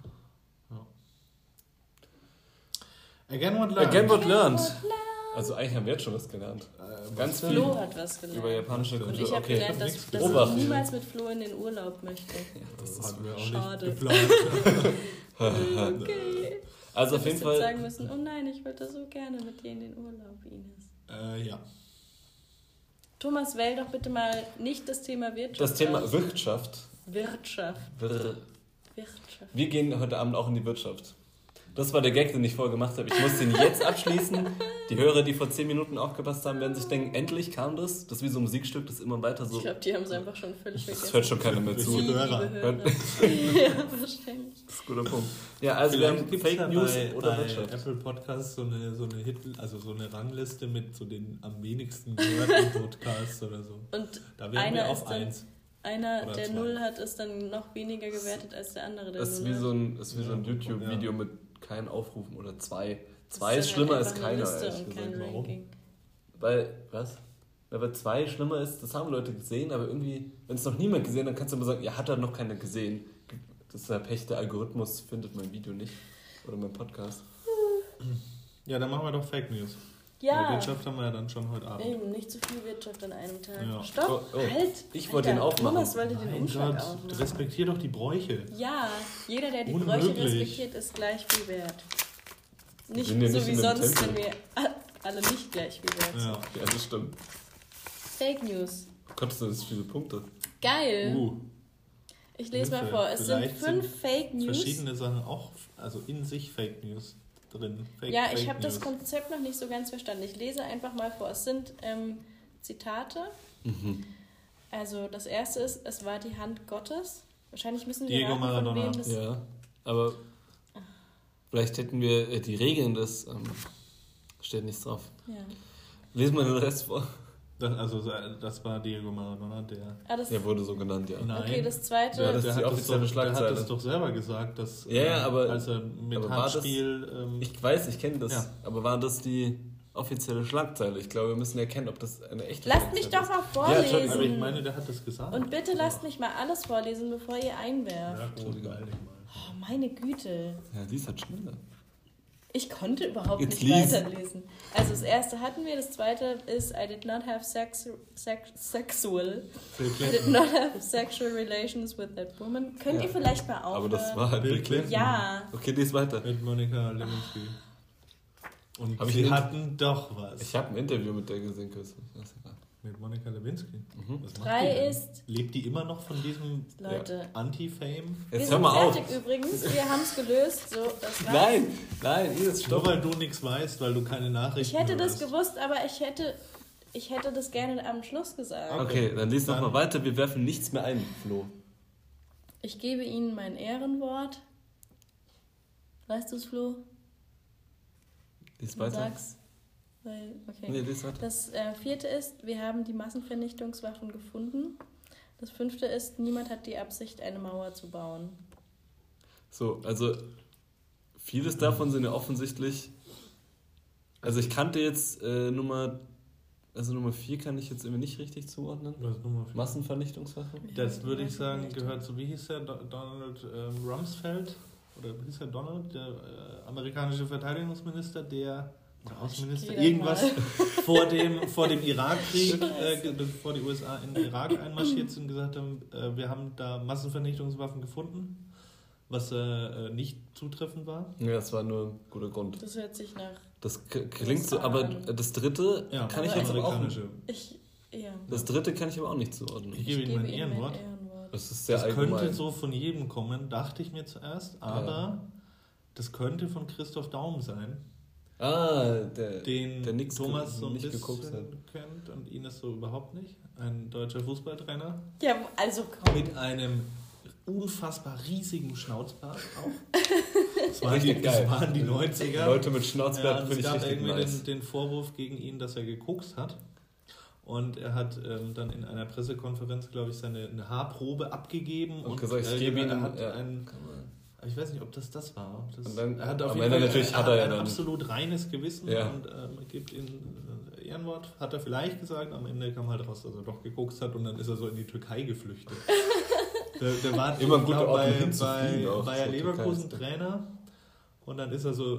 Again what learned. Also eigentlich haben wir jetzt schon was gelernt. Ganz viel. Flo hat was gelernt. Über japanische Kultur. Und ich habe gelernt, dass ich niemals mit Flo in den Urlaub möchte. Ja, das hatten wir auch schade. Nicht geplant. Okay. Also auf jeden Fall... sagen müssen, oh nein, ich wollte so gerne mit dir in den Urlaub, Ines. Ja. Thomas, wähl doch bitte mal nicht das Thema Wirtschaft. Das Thema Wirtschaft. Wirtschaft. Wir gehen heute Abend auch in die Wirtschaft. Das war der Gag, den ich vorher gemacht habe. Ich muss den jetzt abschließen. Die Hörer, die vor 10 Minuten aufgepasst haben, werden sich denken, endlich kam das. Das ist wie so ein Musikstück, das immer weiter so... Ich glaube, die haben es einfach schon völlig vergessen. Das hört schon keiner mehr zu. Ja, wahrscheinlich. Das ist ein guter Punkt. Ja, also wir haben Fake News oder Wirtschaft. Apple Podcasts so eine Rangliste mit so den am wenigsten gehörten Podcasts oder so. Und da wären wir auf 1. Einer, der 2. 0 hat, ist dann noch weniger gewertet als der andere, der 0 hat. Das ist wie so ein YouTube-Video mit keinen Aufrufen oder 2. 2 ist schlimmer als keiner, ehrlich gesagt. Warum? Weil, was? Weil 2 schlimmer ist, das haben Leute gesehen, aber irgendwie, wenn es noch niemand gesehen hat, dann kannst du immer sagen, ja, hat er noch keiner gesehen. Das ist der Pech, der Algorithmus findet mein Video nicht. Oder mein Podcast. Ja, dann machen wir doch Fake News. Ja. Wirtschaft haben wir ja dann schon heute Abend. Eben, nicht zu viel Wirtschaft an einem Tag. Ja. Stopp, halt! Ich wollte den aufmachen. Thomas wollte den Umschlag aufmachen. Respektier doch die Bräuche. Ja, jeder, der die Bräuche respektiert, ist gleich viel wert. Nicht so nicht wie sonst, wenn wir alle nicht gleich viel wert sind. Ja, das stimmt. Fake News. Gott, das sind viele Punkte. Geil. Ich lese mal vor. Es sind 5 Fake News. Verschiedene Sachen auch, also in sich Fake News drin. Ich habe das Konzept noch nicht so ganz verstanden. Ich lese einfach mal vor. Es sind Zitate. Also das erste ist, es war die Hand Gottes. Wahrscheinlich müssen wir Diego Maradona. Von wem das Ja, aber vielleicht hätten wir die Regeln, das steht nichts drauf. Ja. Lesen wir den Rest vor. Das war Diego Maradona, der wurde so genannt, ja. Nein, okay, das zweite... Ja, das ist die offizielle Schlagzeile. Der hat das doch selber gesagt, dass aber, als er mit Handspiel... ich weiß, ich kenne das, aber war das die offizielle Schlagzeile? Ich glaube, wir müssen erkennen, ob das eine echte Lasst mich doch mal vorlesen. Ja, aber ich meine, der hat das gesagt. Und bitte lasst mich mal alles vorlesen, bevor ihr einwerft. Ja, gut, geil, oh, meine Güte. Ja, die ist halt schneller. Ich konnte überhaupt nicht weiterlesen. Also das erste hatten wir, das zweite ist I did not have sexual relations with that woman. Könnt ihr vielleicht mal aufhören? Aber das war halt Bill Clinton. Ja. Okay, lies weiter. Mit Monika Lewinsky. Und sie hatten doch was. Ich habe ein Interview mit der gesehen, Chris. Mit Monika Lewinsky. Was 3 ist... Lebt die immer noch von diesem Anti-Fame? Jetzt hör mal auf. Übrigens, wir haben es gelöst. So, das war's. Nein, nur weil du nichts weißt, weil du keine Nachrichten Ich hätte das gewusst, aber ich hätte das gerne am Schluss gesagt. Okay, dann lies noch mal weiter. Wir werfen nichts mehr ein, Flo. Ich gebe Ihnen mein Ehrenwort. Weißt du es, Flo? Lies weiter. Sag's. Okay. Nee, lies weiter. Das 4. ist, wir haben die Massenvernichtungswaffen gefunden. Das 5. ist, niemand hat die Absicht, eine Mauer zu bauen. So, also vieles davon sind ja offensichtlich... Also ich kannte jetzt Nummer 4 kann ich jetzt irgendwie nicht richtig zuordnen. Was ist Nummer 4? Massenvernichtungswaffen? Das würde ich sagen, gehört so, wie hieß der, Donald Rumsfeld? Oder wie hieß der Donald? Der amerikanische Verteidigungsminister, der... Außenminister, irgendwas vor dem Irakkrieg, bevor die USA in den Irak einmarschiert sind und gesagt haben, wir haben da Massenvernichtungswaffen gefunden, was nicht zutreffend war. Ja, das war nur ein guter Grund. Das hört sich nach... Das klingt so, aber das dritte kann ich jetzt aber auch nicht. Das dritte kann ich aber auch nicht zuordnen. Ich gebe Ihnen mein Ehrenwort. Das ist sehr allgemein. Könnte so von jedem kommen, dachte ich mir zuerst, aber das könnte von Christoph Daum sein. Den nix Thomas so ein nicht bisschen kennt und Ines so überhaupt nicht. Ein deutscher Fußballtrainer. Ja, also komm. Mit einem unfassbar riesigen Schnauzbart auch. Das waren die 90er. Leute mit Schnauzbart finde ich richtig nice. Es gab irgendwie den Vorwurf gegen ihn, dass er gekokst hat. Und er hat dann in einer Pressekonferenz, glaube ich, seine Haarprobe abgegeben. Und gesagt, ich gebe ihm ich weiß nicht, ob das war. Er hat auf jeden Fall ein absolut reines Gewissen und gibt ihm Ehrenwort, hat er vielleicht gesagt. Am Ende kam halt raus, dass er doch gekokst hat und dann ist er so in die Türkei geflüchtet. der war immer gut bei Bayer Leverkusen Trainer und dann ist er so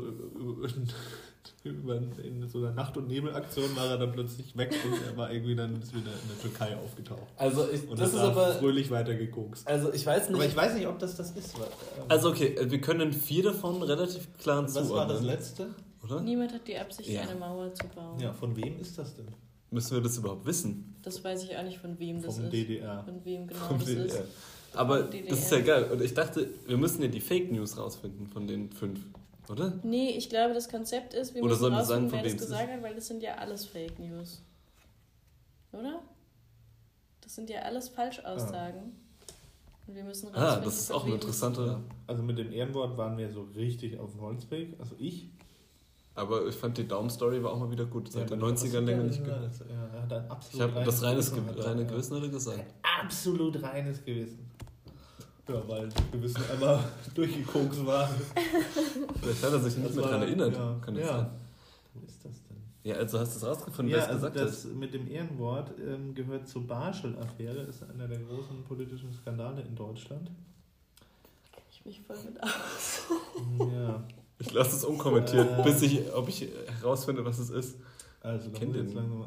in so einer Nacht- und Nebelaktion war er dann plötzlich weg und er war irgendwie dann wieder in der Türkei aufgetaucht. Also das ist aber fröhlich weitergekokst. Also ich weiß nicht. Aber ich weiß nicht, ob das ist. Also okay, wir können 4 davon relativ klar zuordnen. Was war das letzte? Oder? Niemand hat die Absicht, eine Mauer zu bauen. Ja, von wem ist das denn? Müssen wir das überhaupt wissen? Das weiß ich auch nicht, von wem das ist. Vom DDR. Von wem genau das ist. Aber das ist ja geil. Und ich dachte, wir müssen ja die Fake News rausfinden von den 5. Oder? Nee, ich glaube, das Konzept ist, wir müssen rausfinden, wer das gesagt hat, weil das sind ja alles Fake News. Oder? Das sind ja alles Falschaussagen. Und wir müssen rausfinden, das ist auch eine interessante... Also mit dem Ehrenwort waren wir so richtig auf dem Holzweg, also ich. Aber ich fand die Daumen-Story war auch mal wieder gut. Seit den 90ern länger nicht gehört. Ich habe das reine Gewissen gesagt. Absolut reines Gewissen. Ja, weil das Gewissen einmal durchgekokst war. Vielleicht hat er sich nicht mehr daran erinnert. Ja. Kann das sein? Wo ist das denn? Ja, also hast du es rausgefunden, wer es gesagt hat. Das mit dem Ehrenwort gehört zur Barschel-Affäre. Ist einer der großen politischen Skandale in Deutschland. Kenn ich mich voll mit aus. Ja. Ich lasse es unkommentiert, ob ich herausfinde, was es ist. Also, da muss jetzt langsam...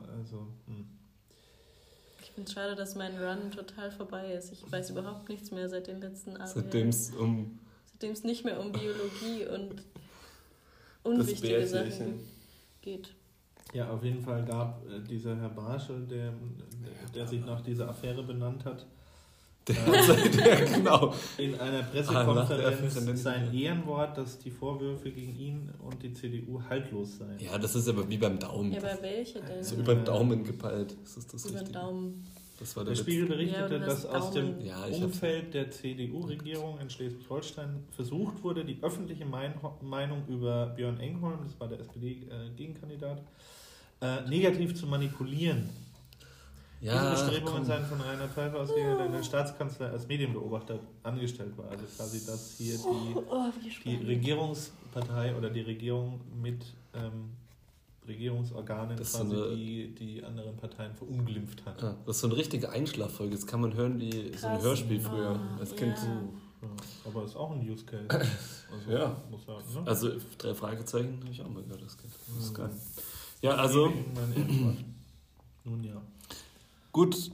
Ich finde es schade, dass mein Run total vorbei ist. Ich weiß überhaupt nichts mehr seit den letzten AWL. Seitdem es nicht mehr um Biologie und unwichtige Sachen geht. Ja, auf jeden Fall gab dieser Herr Barschel, der sich nach dieser Affäre benannt hat, genau. in einer Pressekonferenz sein Ehrenwort, dass die Vorwürfe gegen ihn und die CDU haltlos seien. Ja, das ist aber wie beim Daumen. Ja, aber welche denn? So über den Daumen gepeilt. Ist das über den Daumen. Das war der Spiegel berichtete, dass aus dem Umfeld der CDU-Regierung in Schleswig-Holstein versucht wurde, die öffentliche Meinung über Björn Engholm, das war der SPD-Gegenkandidat, negativ zu manipulieren. Ja, diese Bestrebungen seien von Rainer Pfeiffer ausgegangen, der in der Staatskanzlei als Medienbeobachter angestellt war. Also quasi, dass hier die Regierungspartei oder die Regierung mit Regierungsorganen quasi die anderen Parteien verunglimpft hat. Ja, das ist so eine richtige Einschlaffolge. Das kann man hören wie so ein Hörspiel früher als Kind. Ja, aber das ist auch ein Use Case. Also, ja. Muss sagen, ne? Also 3 Fragezeichen habe ich auch mal gehört, das Kind. Das ist geil. Ja, also... Nun ja. Gut,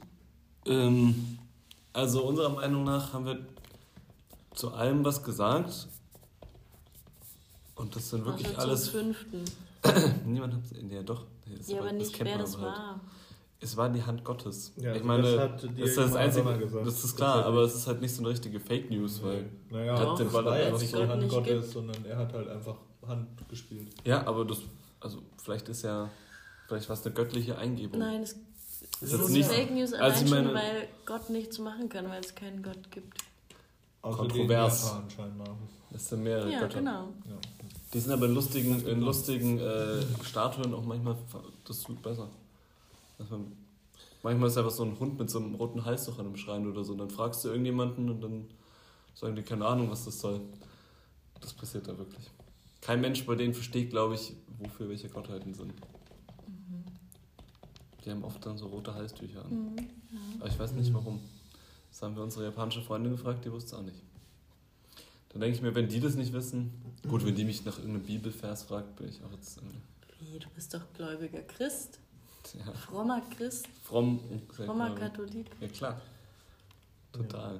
also unserer Meinung nach haben wir zu allem was gesagt. Und das sind wirklich alles... Zum 5. Niemand hat... Ja, doch. Ja, aber nicht, wer das war. Es war die Hand Gottes. Ja, ich meine, das ist das Einzige, gesagt. Das ist klar, aber es ist halt nicht so eine richtige Fake News, weil er hat den Ball einfach nicht die Hand Gottes, sondern er hat halt einfach Hand gespielt. Ja, aber das, also vielleicht war es eine göttliche Eingebung. Nein, es ist nicht Fake News allein schon, weil Gott nichts machen kann, weil es keinen Gott gibt. Kontrovers. Das sind mehrere Götter. Genau. Ja. Die sind aber in lustigen Statuen auch manchmal, das tut besser. Manchmal ist einfach so ein Hund mit so einem roten Halstuch an einem Schrein oder so. Dann fragst du irgendjemanden und dann sagen die, keine Ahnung, was das soll. Das passiert da wirklich. Kein Mensch bei denen versteht, glaube ich, wofür welche Gottheiten sind. Mhm. Die haben oft dann so rote Halstücher an. Mhm. Ja. Aber ich weiß nicht warum. Das haben wir unsere japanische Freundin gefragt, die wusste es auch nicht. Dann denke ich mir, wenn die das nicht wissen, gut, wenn die mich nach irgendeinem Bibelvers fragt, bin ich auch jetzt... Wie, du bist doch gläubiger Christ. Ja. Frommer Christ. Frommer Katholik. Ja, klar. Total.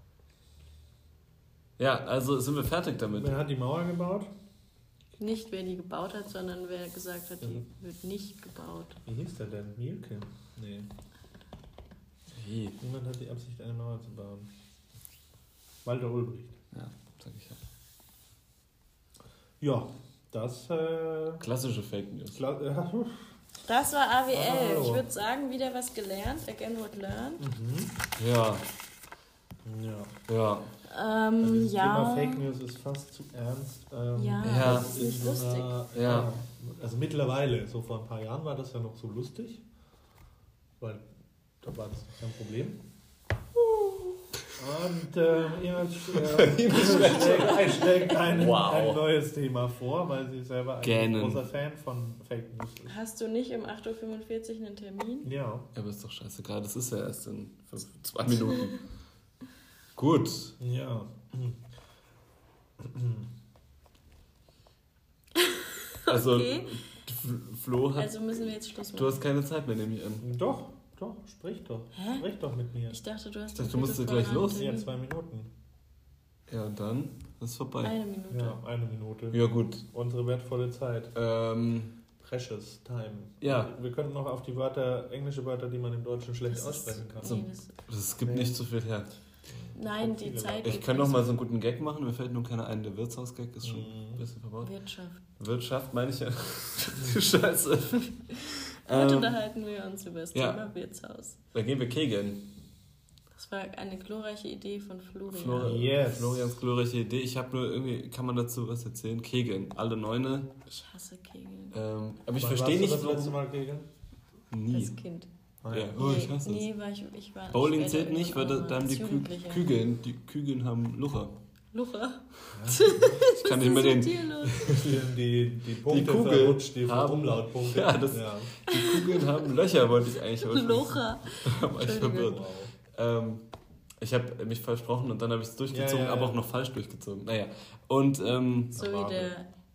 Ja, also sind wir fertig damit. Wer hat die Mauer gebaut? Nicht wer die gebaut hat, sondern wer gesagt hat, die wird nicht gebaut. Wie hieß der denn? Mielke? Nee. Wie? Niemand hat die Absicht, eine Mauer zu bauen. Walter Ulbricht. Ja, sag ich ja. Ja, das... klassische Fake News. Das war AWL. Ich würde sagen, wieder was gelernt. Again what learned. Mhm. Ja. Das Thema Fake News ist fast zu ernst. Das ist nicht lustig. Also mittlerweile, so vor ein paar Jahren war das ja noch so lustig, weil da war das kein Problem. Und ihr schlägt ein neues Thema vor, weil sie selber ein großer Fan von Fake News ist. Hast du nicht um 8.45 Uhr einen Termin? Ja. Aber ist doch scheißegal, das ist ja erst in 2 Minuten. Gut. Ja. Also, okay. Flo hat... Also müssen wir jetzt Schluss machen. Du hast keine Zeit mehr, nehme ich an. Doch, sprich doch. Hä? Sprich doch mit mir. Ich dachte, du musst gleich los. Ja, 2 Minuten. Ja, und dann ist es vorbei. 1 Minute. Ja, 1 Minute. Ja, gut. Unsere wertvolle Zeit. Precious time. Ja. Wir könnten noch auf die englische Wörter, die man im Deutschen schlecht aussprechen kann. Es gibt nicht so viel her. Nein, die Zeit. Ich kann noch mal so einen guten Gag machen, mir fällt nur keiner ein. Der Wirtshaus-Gag ist schon ein bisschen verbaut. Wirtschaft meine ich ja. Scheiße. Heute unterhalten wir uns über das Thema Wirtshaus. Da gehen wir kegeln. Das war eine glorreiche Idee von Florian. Florians glorreiche Idee. Ich habe nur irgendwie, kann man dazu was erzählen? Kegeln. Alle Neune. Ich hasse Kegeln. Aber ich verstehe nicht, warum... das letzte Mal Kegeln? Nie. Als Kind. Ja. Ich hasse es. Ich war Bowling zählt nicht, weil da haben die Kügeln. Die Kügeln haben Lucher. Lucher? Ja. Ich kann nicht mehr den... Die Punkte verrutscht, die Umlautpunkte. Ja, die Kugeln haben Löcher, wollte ich eigentlich. Lucher. War ich verwirrt. Ich habe mich versprochen und dann habe ich es durchgezogen, aber auch noch falsch durchgezogen. Naja. Und, so wie der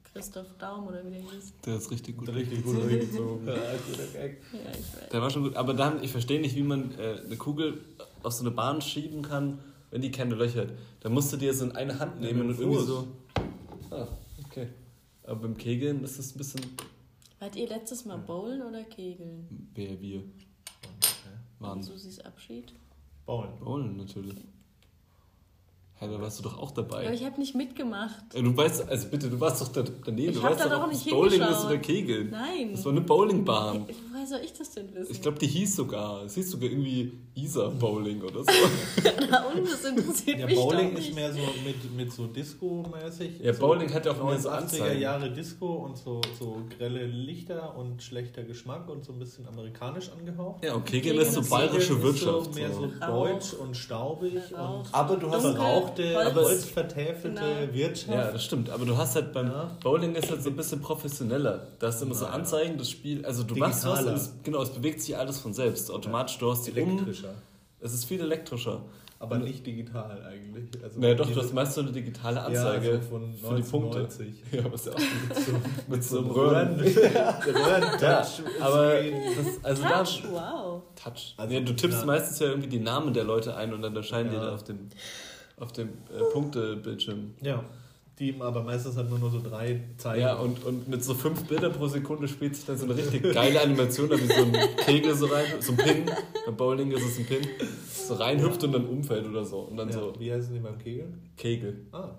Christoph Daum oder wie der hieß. Der ist richtig gut. Richtig gut durchgezogen. Ja, guter Gag. Ja, ich weiß. Der war schon gut. Aber dann, ich verstehe nicht, wie man eine Kugel auf so eine Bahn schieben kann, wenn die keine Löcher hat. Da musst du dir so in eine Hand nehmen und irgendwie so... Ah, okay. Aber beim Kegeln ist es ein bisschen... Wart ihr letztes Mal bowlen oder kegeln? Wir. Okay. Waren. Susis Abschied? Bowlen natürlich. Hey, da warst du doch auch dabei. Aber ich habe nicht mitgemacht. Du weißt, also bitte, du warst doch daneben. Ich du weißt da doch, auch ob nicht das Bowling hingeschaut. ist oder Kegeln. Nein. Das war eine Bowlingbahn. Woher soll ich das denn wissen? Ich glaube, die hieß sogar. Es hieß sogar irgendwie Isar Bowling oder so. Na und, das interessiert mich Bowling doch nicht. ist mehr so mit so Disco-mäßig. Ja, so Bowling hat ja auch mehr so 80er Anzeigen. Jahre Disco und so grelle Lichter und schlechter Geschmack und so ein bisschen amerikanisch angehaucht. Ja, und Kegeln ist so bayerische Wirtschaft. So mehr so deutsch und staubig und aber du hast verrauchte, holzvertäfelte Wirtschaft. Ja, das stimmt. Aber du hast halt beim Bowling ist halt so ein bisschen professioneller. Da hast du immer so Anzeigen, das Spiel, also du machst was und es bewegt sich alles von selbst. Automatisch, du hast die elektrischer. Es ist viel elektrischer. Aber nicht digital eigentlich. Also naja doch, du hast meist so eine digitale Anzeige also von für die Punkte. Ja, was ja auch mit so einem Röhren-Touch. Ja, aber das, also Touch, wow. Touch. Also, ja, du tippst meistens ja irgendwie die Namen der Leute ein und dann erscheinen die da auf dem Punktebildschirm. Ja. Die aber meistens halt nur so 3 Zeichen. Ja, und mit so 5 Bilder pro Sekunde spielt sich dann so eine richtig geile Animation, da wie so ein Kegel so rein, so ein Pin, beim Bowling ist es ein Pin, so reinhüpft und dann umfällt oder so. Und dann so. Wie heißen die beim Kegeln? Kegel. Ah.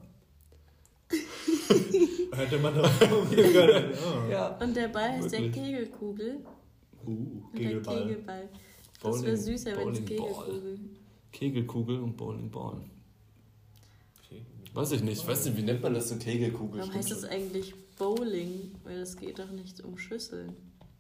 Hätte man doch probieren können. Ja. Und der Ball heißt der Kegelkugel. Kegelball. Der Kegelball. Das wäre süßer, wenn es Kegelkugel. Kegelkugel und Bowlingball. Weiß ich nicht. Weiß nicht, wie nennt man das, eine Kegelkugel? Warum heißt das eigentlich Bowling? Weil es geht doch nicht um Schüsseln.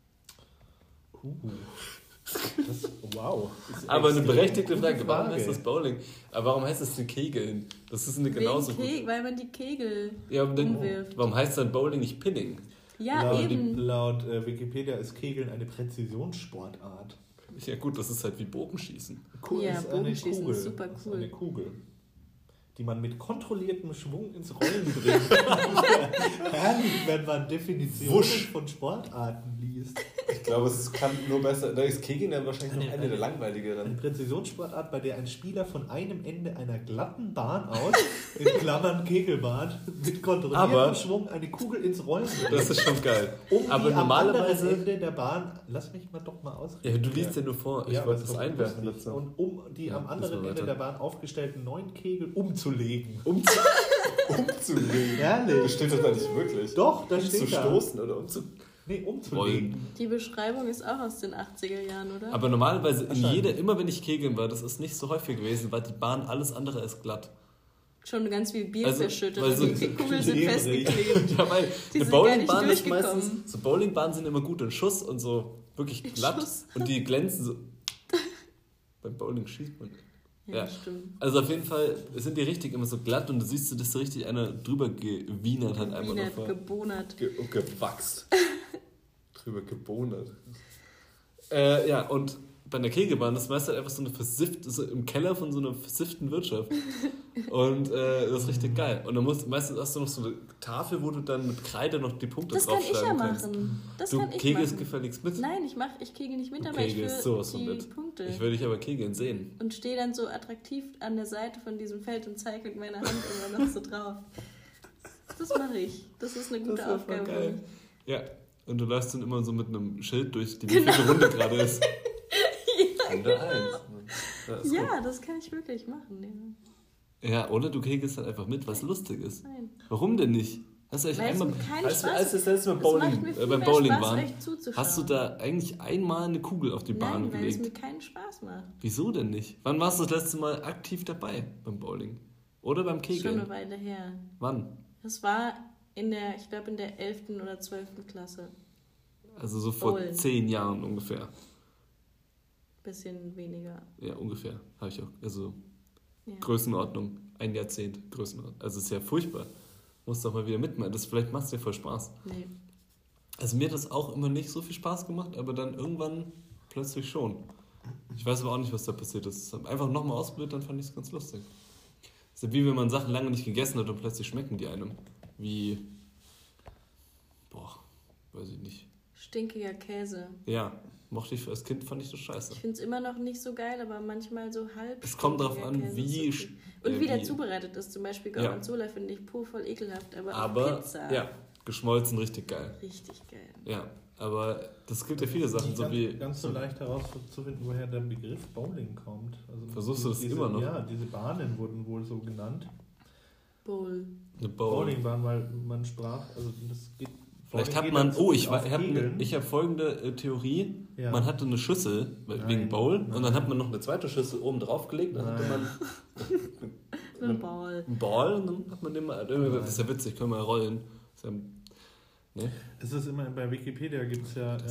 Wow. Aber eine berechtigte Frage. Warum heißt das Bowling? Aber warum heißt das denn Kegeln? Das ist eine genauso gut. Weil man die Kegel umwirft. Warum heißt dann Bowling nicht Pinning? Ja, eben. Laut Wikipedia ist Kegeln eine Präzisionssportart. Ja gut, das ist halt wie Bogenschießen. Ja, Bogenschießen ist super cool. Das ist eine Kugel, die man mit kontrolliertem Schwung ins Rollen bringt. Herrlich, wenn man Definitionen von Sportarten liest. Ich glaube, es kann nur besser. Da ist Kegeln ja wahrscheinlich noch eine der langweiligeren. Eine Präzisionssportart, bei der ein Spieler von einem Ende einer glatten Bahn aus, in Klammern Kegelbahn, mit kontrolliertem Schwung eine Kugel ins Rollen bringt. Das ist schon geil. Aber normalerweise am Ende der Bahn, lass mich mal doch mal ausreden. Ja, du liest ja nur vor. Ich wollte das einwerfen dazu. Und um die am anderen Ende der Bahn aufgestellten 9 Kegel umzulegen. Umzulegen? Ehrlich? Das steht doch da nicht wirklich. Doch, da steht da. Umzustoßen oder umzulegen. Die Beschreibung ist auch aus den 80er Jahren, oder? Aber normalerweise, immer wenn ich kegeln war, das ist nicht so häufig gewesen, weil die Bahn alles andere als glatt. Schon ganz viel Bier verschüttet und die Kugeln sind festgeklebt. Ja, weil die eine sind Bowlingbahn ist meistens, so Bowlingbahnen sind immer gut in Schuss und so wirklich glatt und die glänzen so. Beim Bowling schießt man. Ja, stimmt. Also auf jeden Fall sind die richtig immer so glatt und du siehst, dass da richtig einer drüber gewienert hat. Gebonert. Gewachst. Drüber gebonert. Ja, und bei einer Kegelbahn, das meist halt einfach so eine so im Keller von so einer versifften Wirtschaft. Und das ist richtig geil. Und dann meistens hast du noch so eine Tafel, wo du dann mit Kreide noch die Punkte draufschreiben kannst. Das kann ich machen. Du kegelst gefälligst mit? Nein, ich kegel nicht mit, aber ich will die Punkte. Ich würde dich aber kegeln sehen. Und stehe dann so attraktiv an der Seite von diesem Feld und zeige mit meiner Hand immer noch so drauf. Das mache ich. Das ist eine gute Aufgabe. Geil. Ja, und du läufst dann immer so mit einem Schild durch, wie viele Runde gerade ist. Runde 1. Ja, das kann ich wirklich machen. Ja, oder du kegelst halt einfach mit, was lustig ist. Nein. Warum denn nicht? Hast du eigentlich einmal, als das letzte Mal beim Bowling waren, hast du da eigentlich einmal eine Kugel auf die Bahn gelegt? Nein, weil es mir keinen Spaß macht. Wieso denn nicht? Wann warst du das letzte Mal aktiv dabei beim Bowling? Oder beim Kegeln? Schon eine Weile her. Wann? Das war in der 11. oder 12. Klasse. Also so vor 10 Jahren ungefähr. Bisschen weniger. Ja, ungefähr. Habe ich auch. Also Größenordnung. 1 Jahrzehnt Größenordnung. Also ist ja furchtbar. Musst doch mal wieder mitmachen. Vielleicht macht es dir voll Spaß. Nee. Also mir hat das auch immer nicht so viel Spaß gemacht, aber dann irgendwann plötzlich schon. Ich weiß aber auch nicht, was da passiert ist. Einfach nochmal ausprobiert, dann fand ich es ganz lustig. Es ist ja wie wenn man Sachen lange nicht gegessen hat und plötzlich schmecken die einem. Wie weiß ich nicht. Stinkiger Käse. Ja, mochte ich als Kind, fand ich das scheiße. Ich finde es immer noch nicht so geil, aber manchmal so halb. Es kommt darauf an, Käse wie... okay. Und wie der zubereitet ist. Zum Beispiel Gorgonzola finde ich pur voll ekelhaft, aber Pizza... Ja, geschmolzen richtig geil. Richtig geil. Ja, aber das gibt ja viele Sachen, so wie... Ganz so leicht herauszufinden, woher der Begriff Bowling kommt. Also versuchst du das immer noch? Ja, diese Bahnen wurden wohl so genannt. Bowl. Eine Bowl. Bowlingbahn, weil man sprach, also das geht... Vielleicht hat man... Oh, ich habe folgende Theorie. Ja. Man hatte eine Schüssel wegen Bowl und dann hat man noch eine zweite Schüssel oben drauf gelegt. Dann hatte man... Ein Ball. Ein Ball und dann hat man den mal... Das ist ja witzig, können wir ja rollen. Das ist ja, ne? Es ist immer, bei Wikipedia gibt es ja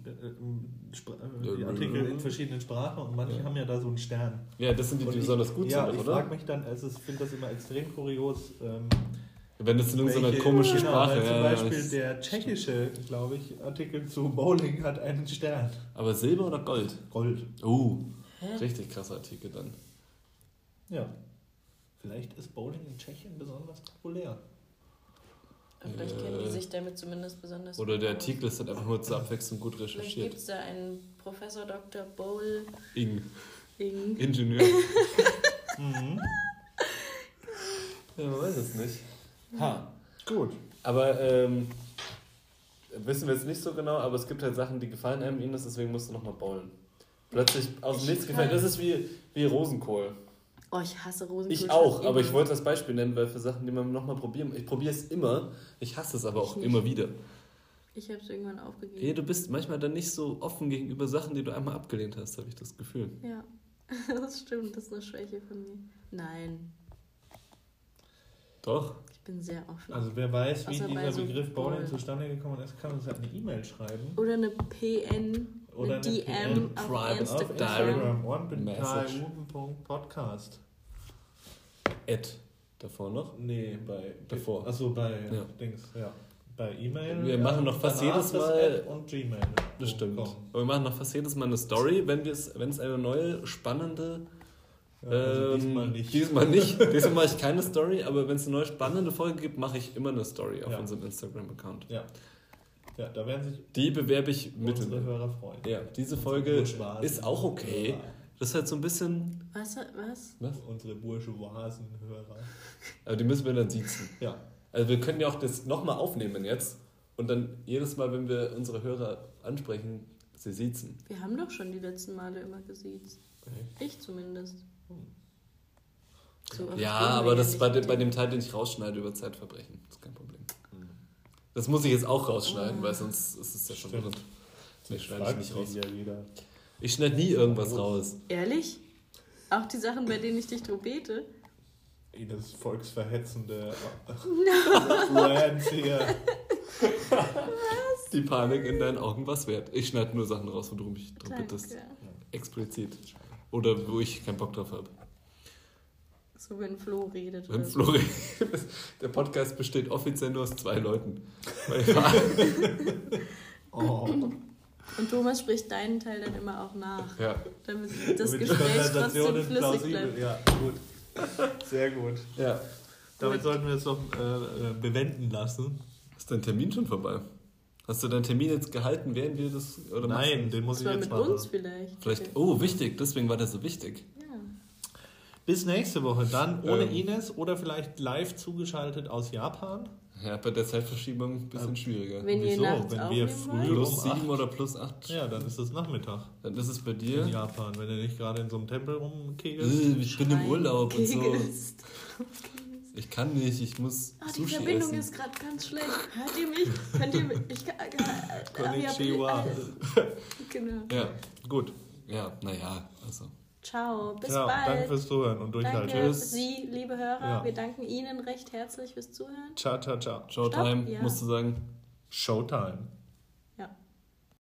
die Artikel in verschiedenen Sprachen und manche haben ja da so einen Stern. Ja, das sind die besonders gut sind, oder? Ja, ich frage mich dann, also ich finde das immer extrem kurios. Wenn das in irgendeiner komischen Sprache... Weil zum Beispiel der tschechische, glaube ich, Artikel zu Bowling hat einen Stern. Aber Silber oder Gold? Gold. Richtig krasser Artikel dann. Ja. Vielleicht ist Bowling in Tschechien besonders populär. Vielleicht kennen die sich damit zumindest besonders oder der Artikel ist dann einfach nur zur Abwechslung gut recherchiert. Vielleicht gibt es da einen Professor Dr. Bowl. Ingenieur. Ja, man weiß es nicht. Gut. Aber wissen wir jetzt nicht so genau, aber es gibt halt Sachen, die gefallen einem, Ines, deswegen musst du nochmal bowlen. Plötzlich aus dem Nichts gefällt. Das ist wie Rosenkohl. Oh, ich hasse Rosenkohl. Ich auch, aber ich wollte das Beispiel nennen, weil für Sachen, die man nochmal probieren... Ich probiere es immer, ich hasse es aber auch immer wieder. Ich habe es irgendwann aufgegeben. Ja, du bist manchmal dann nicht so offen gegenüber Sachen, die du einmal abgelehnt hast, habe ich das Gefühl. Ja, das stimmt, das ist eine Schwäche von mir. Nein. Doch. Ich bin sehr offen. Also wer weiß, wie dieser Begriff Bowling zustande gekommen ist, kann uns halt eine E-Mail schreiben. Oder eine PN, oder eine DM auf Instagram. Podcast. Davor noch? Nee, davor. Achso, bei Dings, ja. Bei E-Mail. Wir machen noch fast jedes Mal. Und Gmail. Das stimmt. Aber wir machen noch fast jedes Mal eine Story, wenn es eine neue, spannende. Diesmal nicht. Diesmal mache ich keine Story, aber wenn es eine neue, spannende Folge gibt, mache ich immer eine Story auf unserem Instagram-Account. Ja. Ja, da werden sich. Die bewerbe ich mit. Unsere Hörer freuen. Ja, diese Folge ist auch okay. Das ist halt so ein bisschen... Was? Unsere bourgeoisen Hörer. Aber die müssen wir dann siezen. Ja. Also wir können ja auch das nochmal aufnehmen jetzt und dann jedes Mal, wenn wir unsere Hörer ansprechen, sie siezen. Wir haben doch schon die letzten Male immer gesiezt. Okay. Ich zumindest. So, ja, aber das ist bei dem Teil, den ich rausschneide über Zeitverbrechen. Das ist kein Problem. Das muss ich jetzt auch rausschneiden, weil sonst ist es ja schon drin. Ich schneide nicht raus. Ich schneide nie irgendwas raus. Ehrlich? Auch die Sachen, bei denen ich dich drum bete? Das volksverhetzende Rants hier. Was? Die Panik in deinen Augen was wert. Ich schneide nur Sachen raus, wo du mich drum bittest. Explizit. Oder wo ich keinen Bock drauf habe. So, wenn Flo redet. Wenn Flo redet. Der Podcast besteht offiziell nur aus 2 Leuten. Und Thomas spricht deinen Teil dann immer auch nach. Ja. Damit das Gespräch trotzdem flüssig bleibt. Ja, gut. Sehr gut. Ja. Damit sollten wir es doch bewenden lassen. Ist dein Termin schon vorbei? Hast du deinen Termin jetzt gehalten, während wir das... Oder Nein, den muss ich jetzt machen. Mit uns vielleicht. Okay. Oh, wichtig. Deswegen war der so wichtig. Ja. Bis nächste Woche. Dann ohne Ines oder vielleicht live zugeschaltet aus Japan. Ja, bei der Zeitverschiebung ein bisschen schwieriger. Wenn ihr nachts wenn wir früh plus 7 oder plus 8. Ja, dann ist es Nachmittag. Dann ist es bei dir. In Japan, wenn du nicht gerade in so einem Tempel rumkegelst. Ich bin im Urlaub und so. Ich kann nicht, ich muss die Verbindung ist gerade ganz schlecht. Hört ihr mich? Könnt ihr mich? Konnichiwa. Genau. Ja, gut. Ja, naja, also. Ciao, bis bald. Danke fürs Zuhören und Durchhalten. Danke Sie, liebe Hörer. Ja. Wir danken Ihnen recht herzlich fürs Zuhören. Ciao, ciao, ciao. Showtime, musst du sagen. Showtime.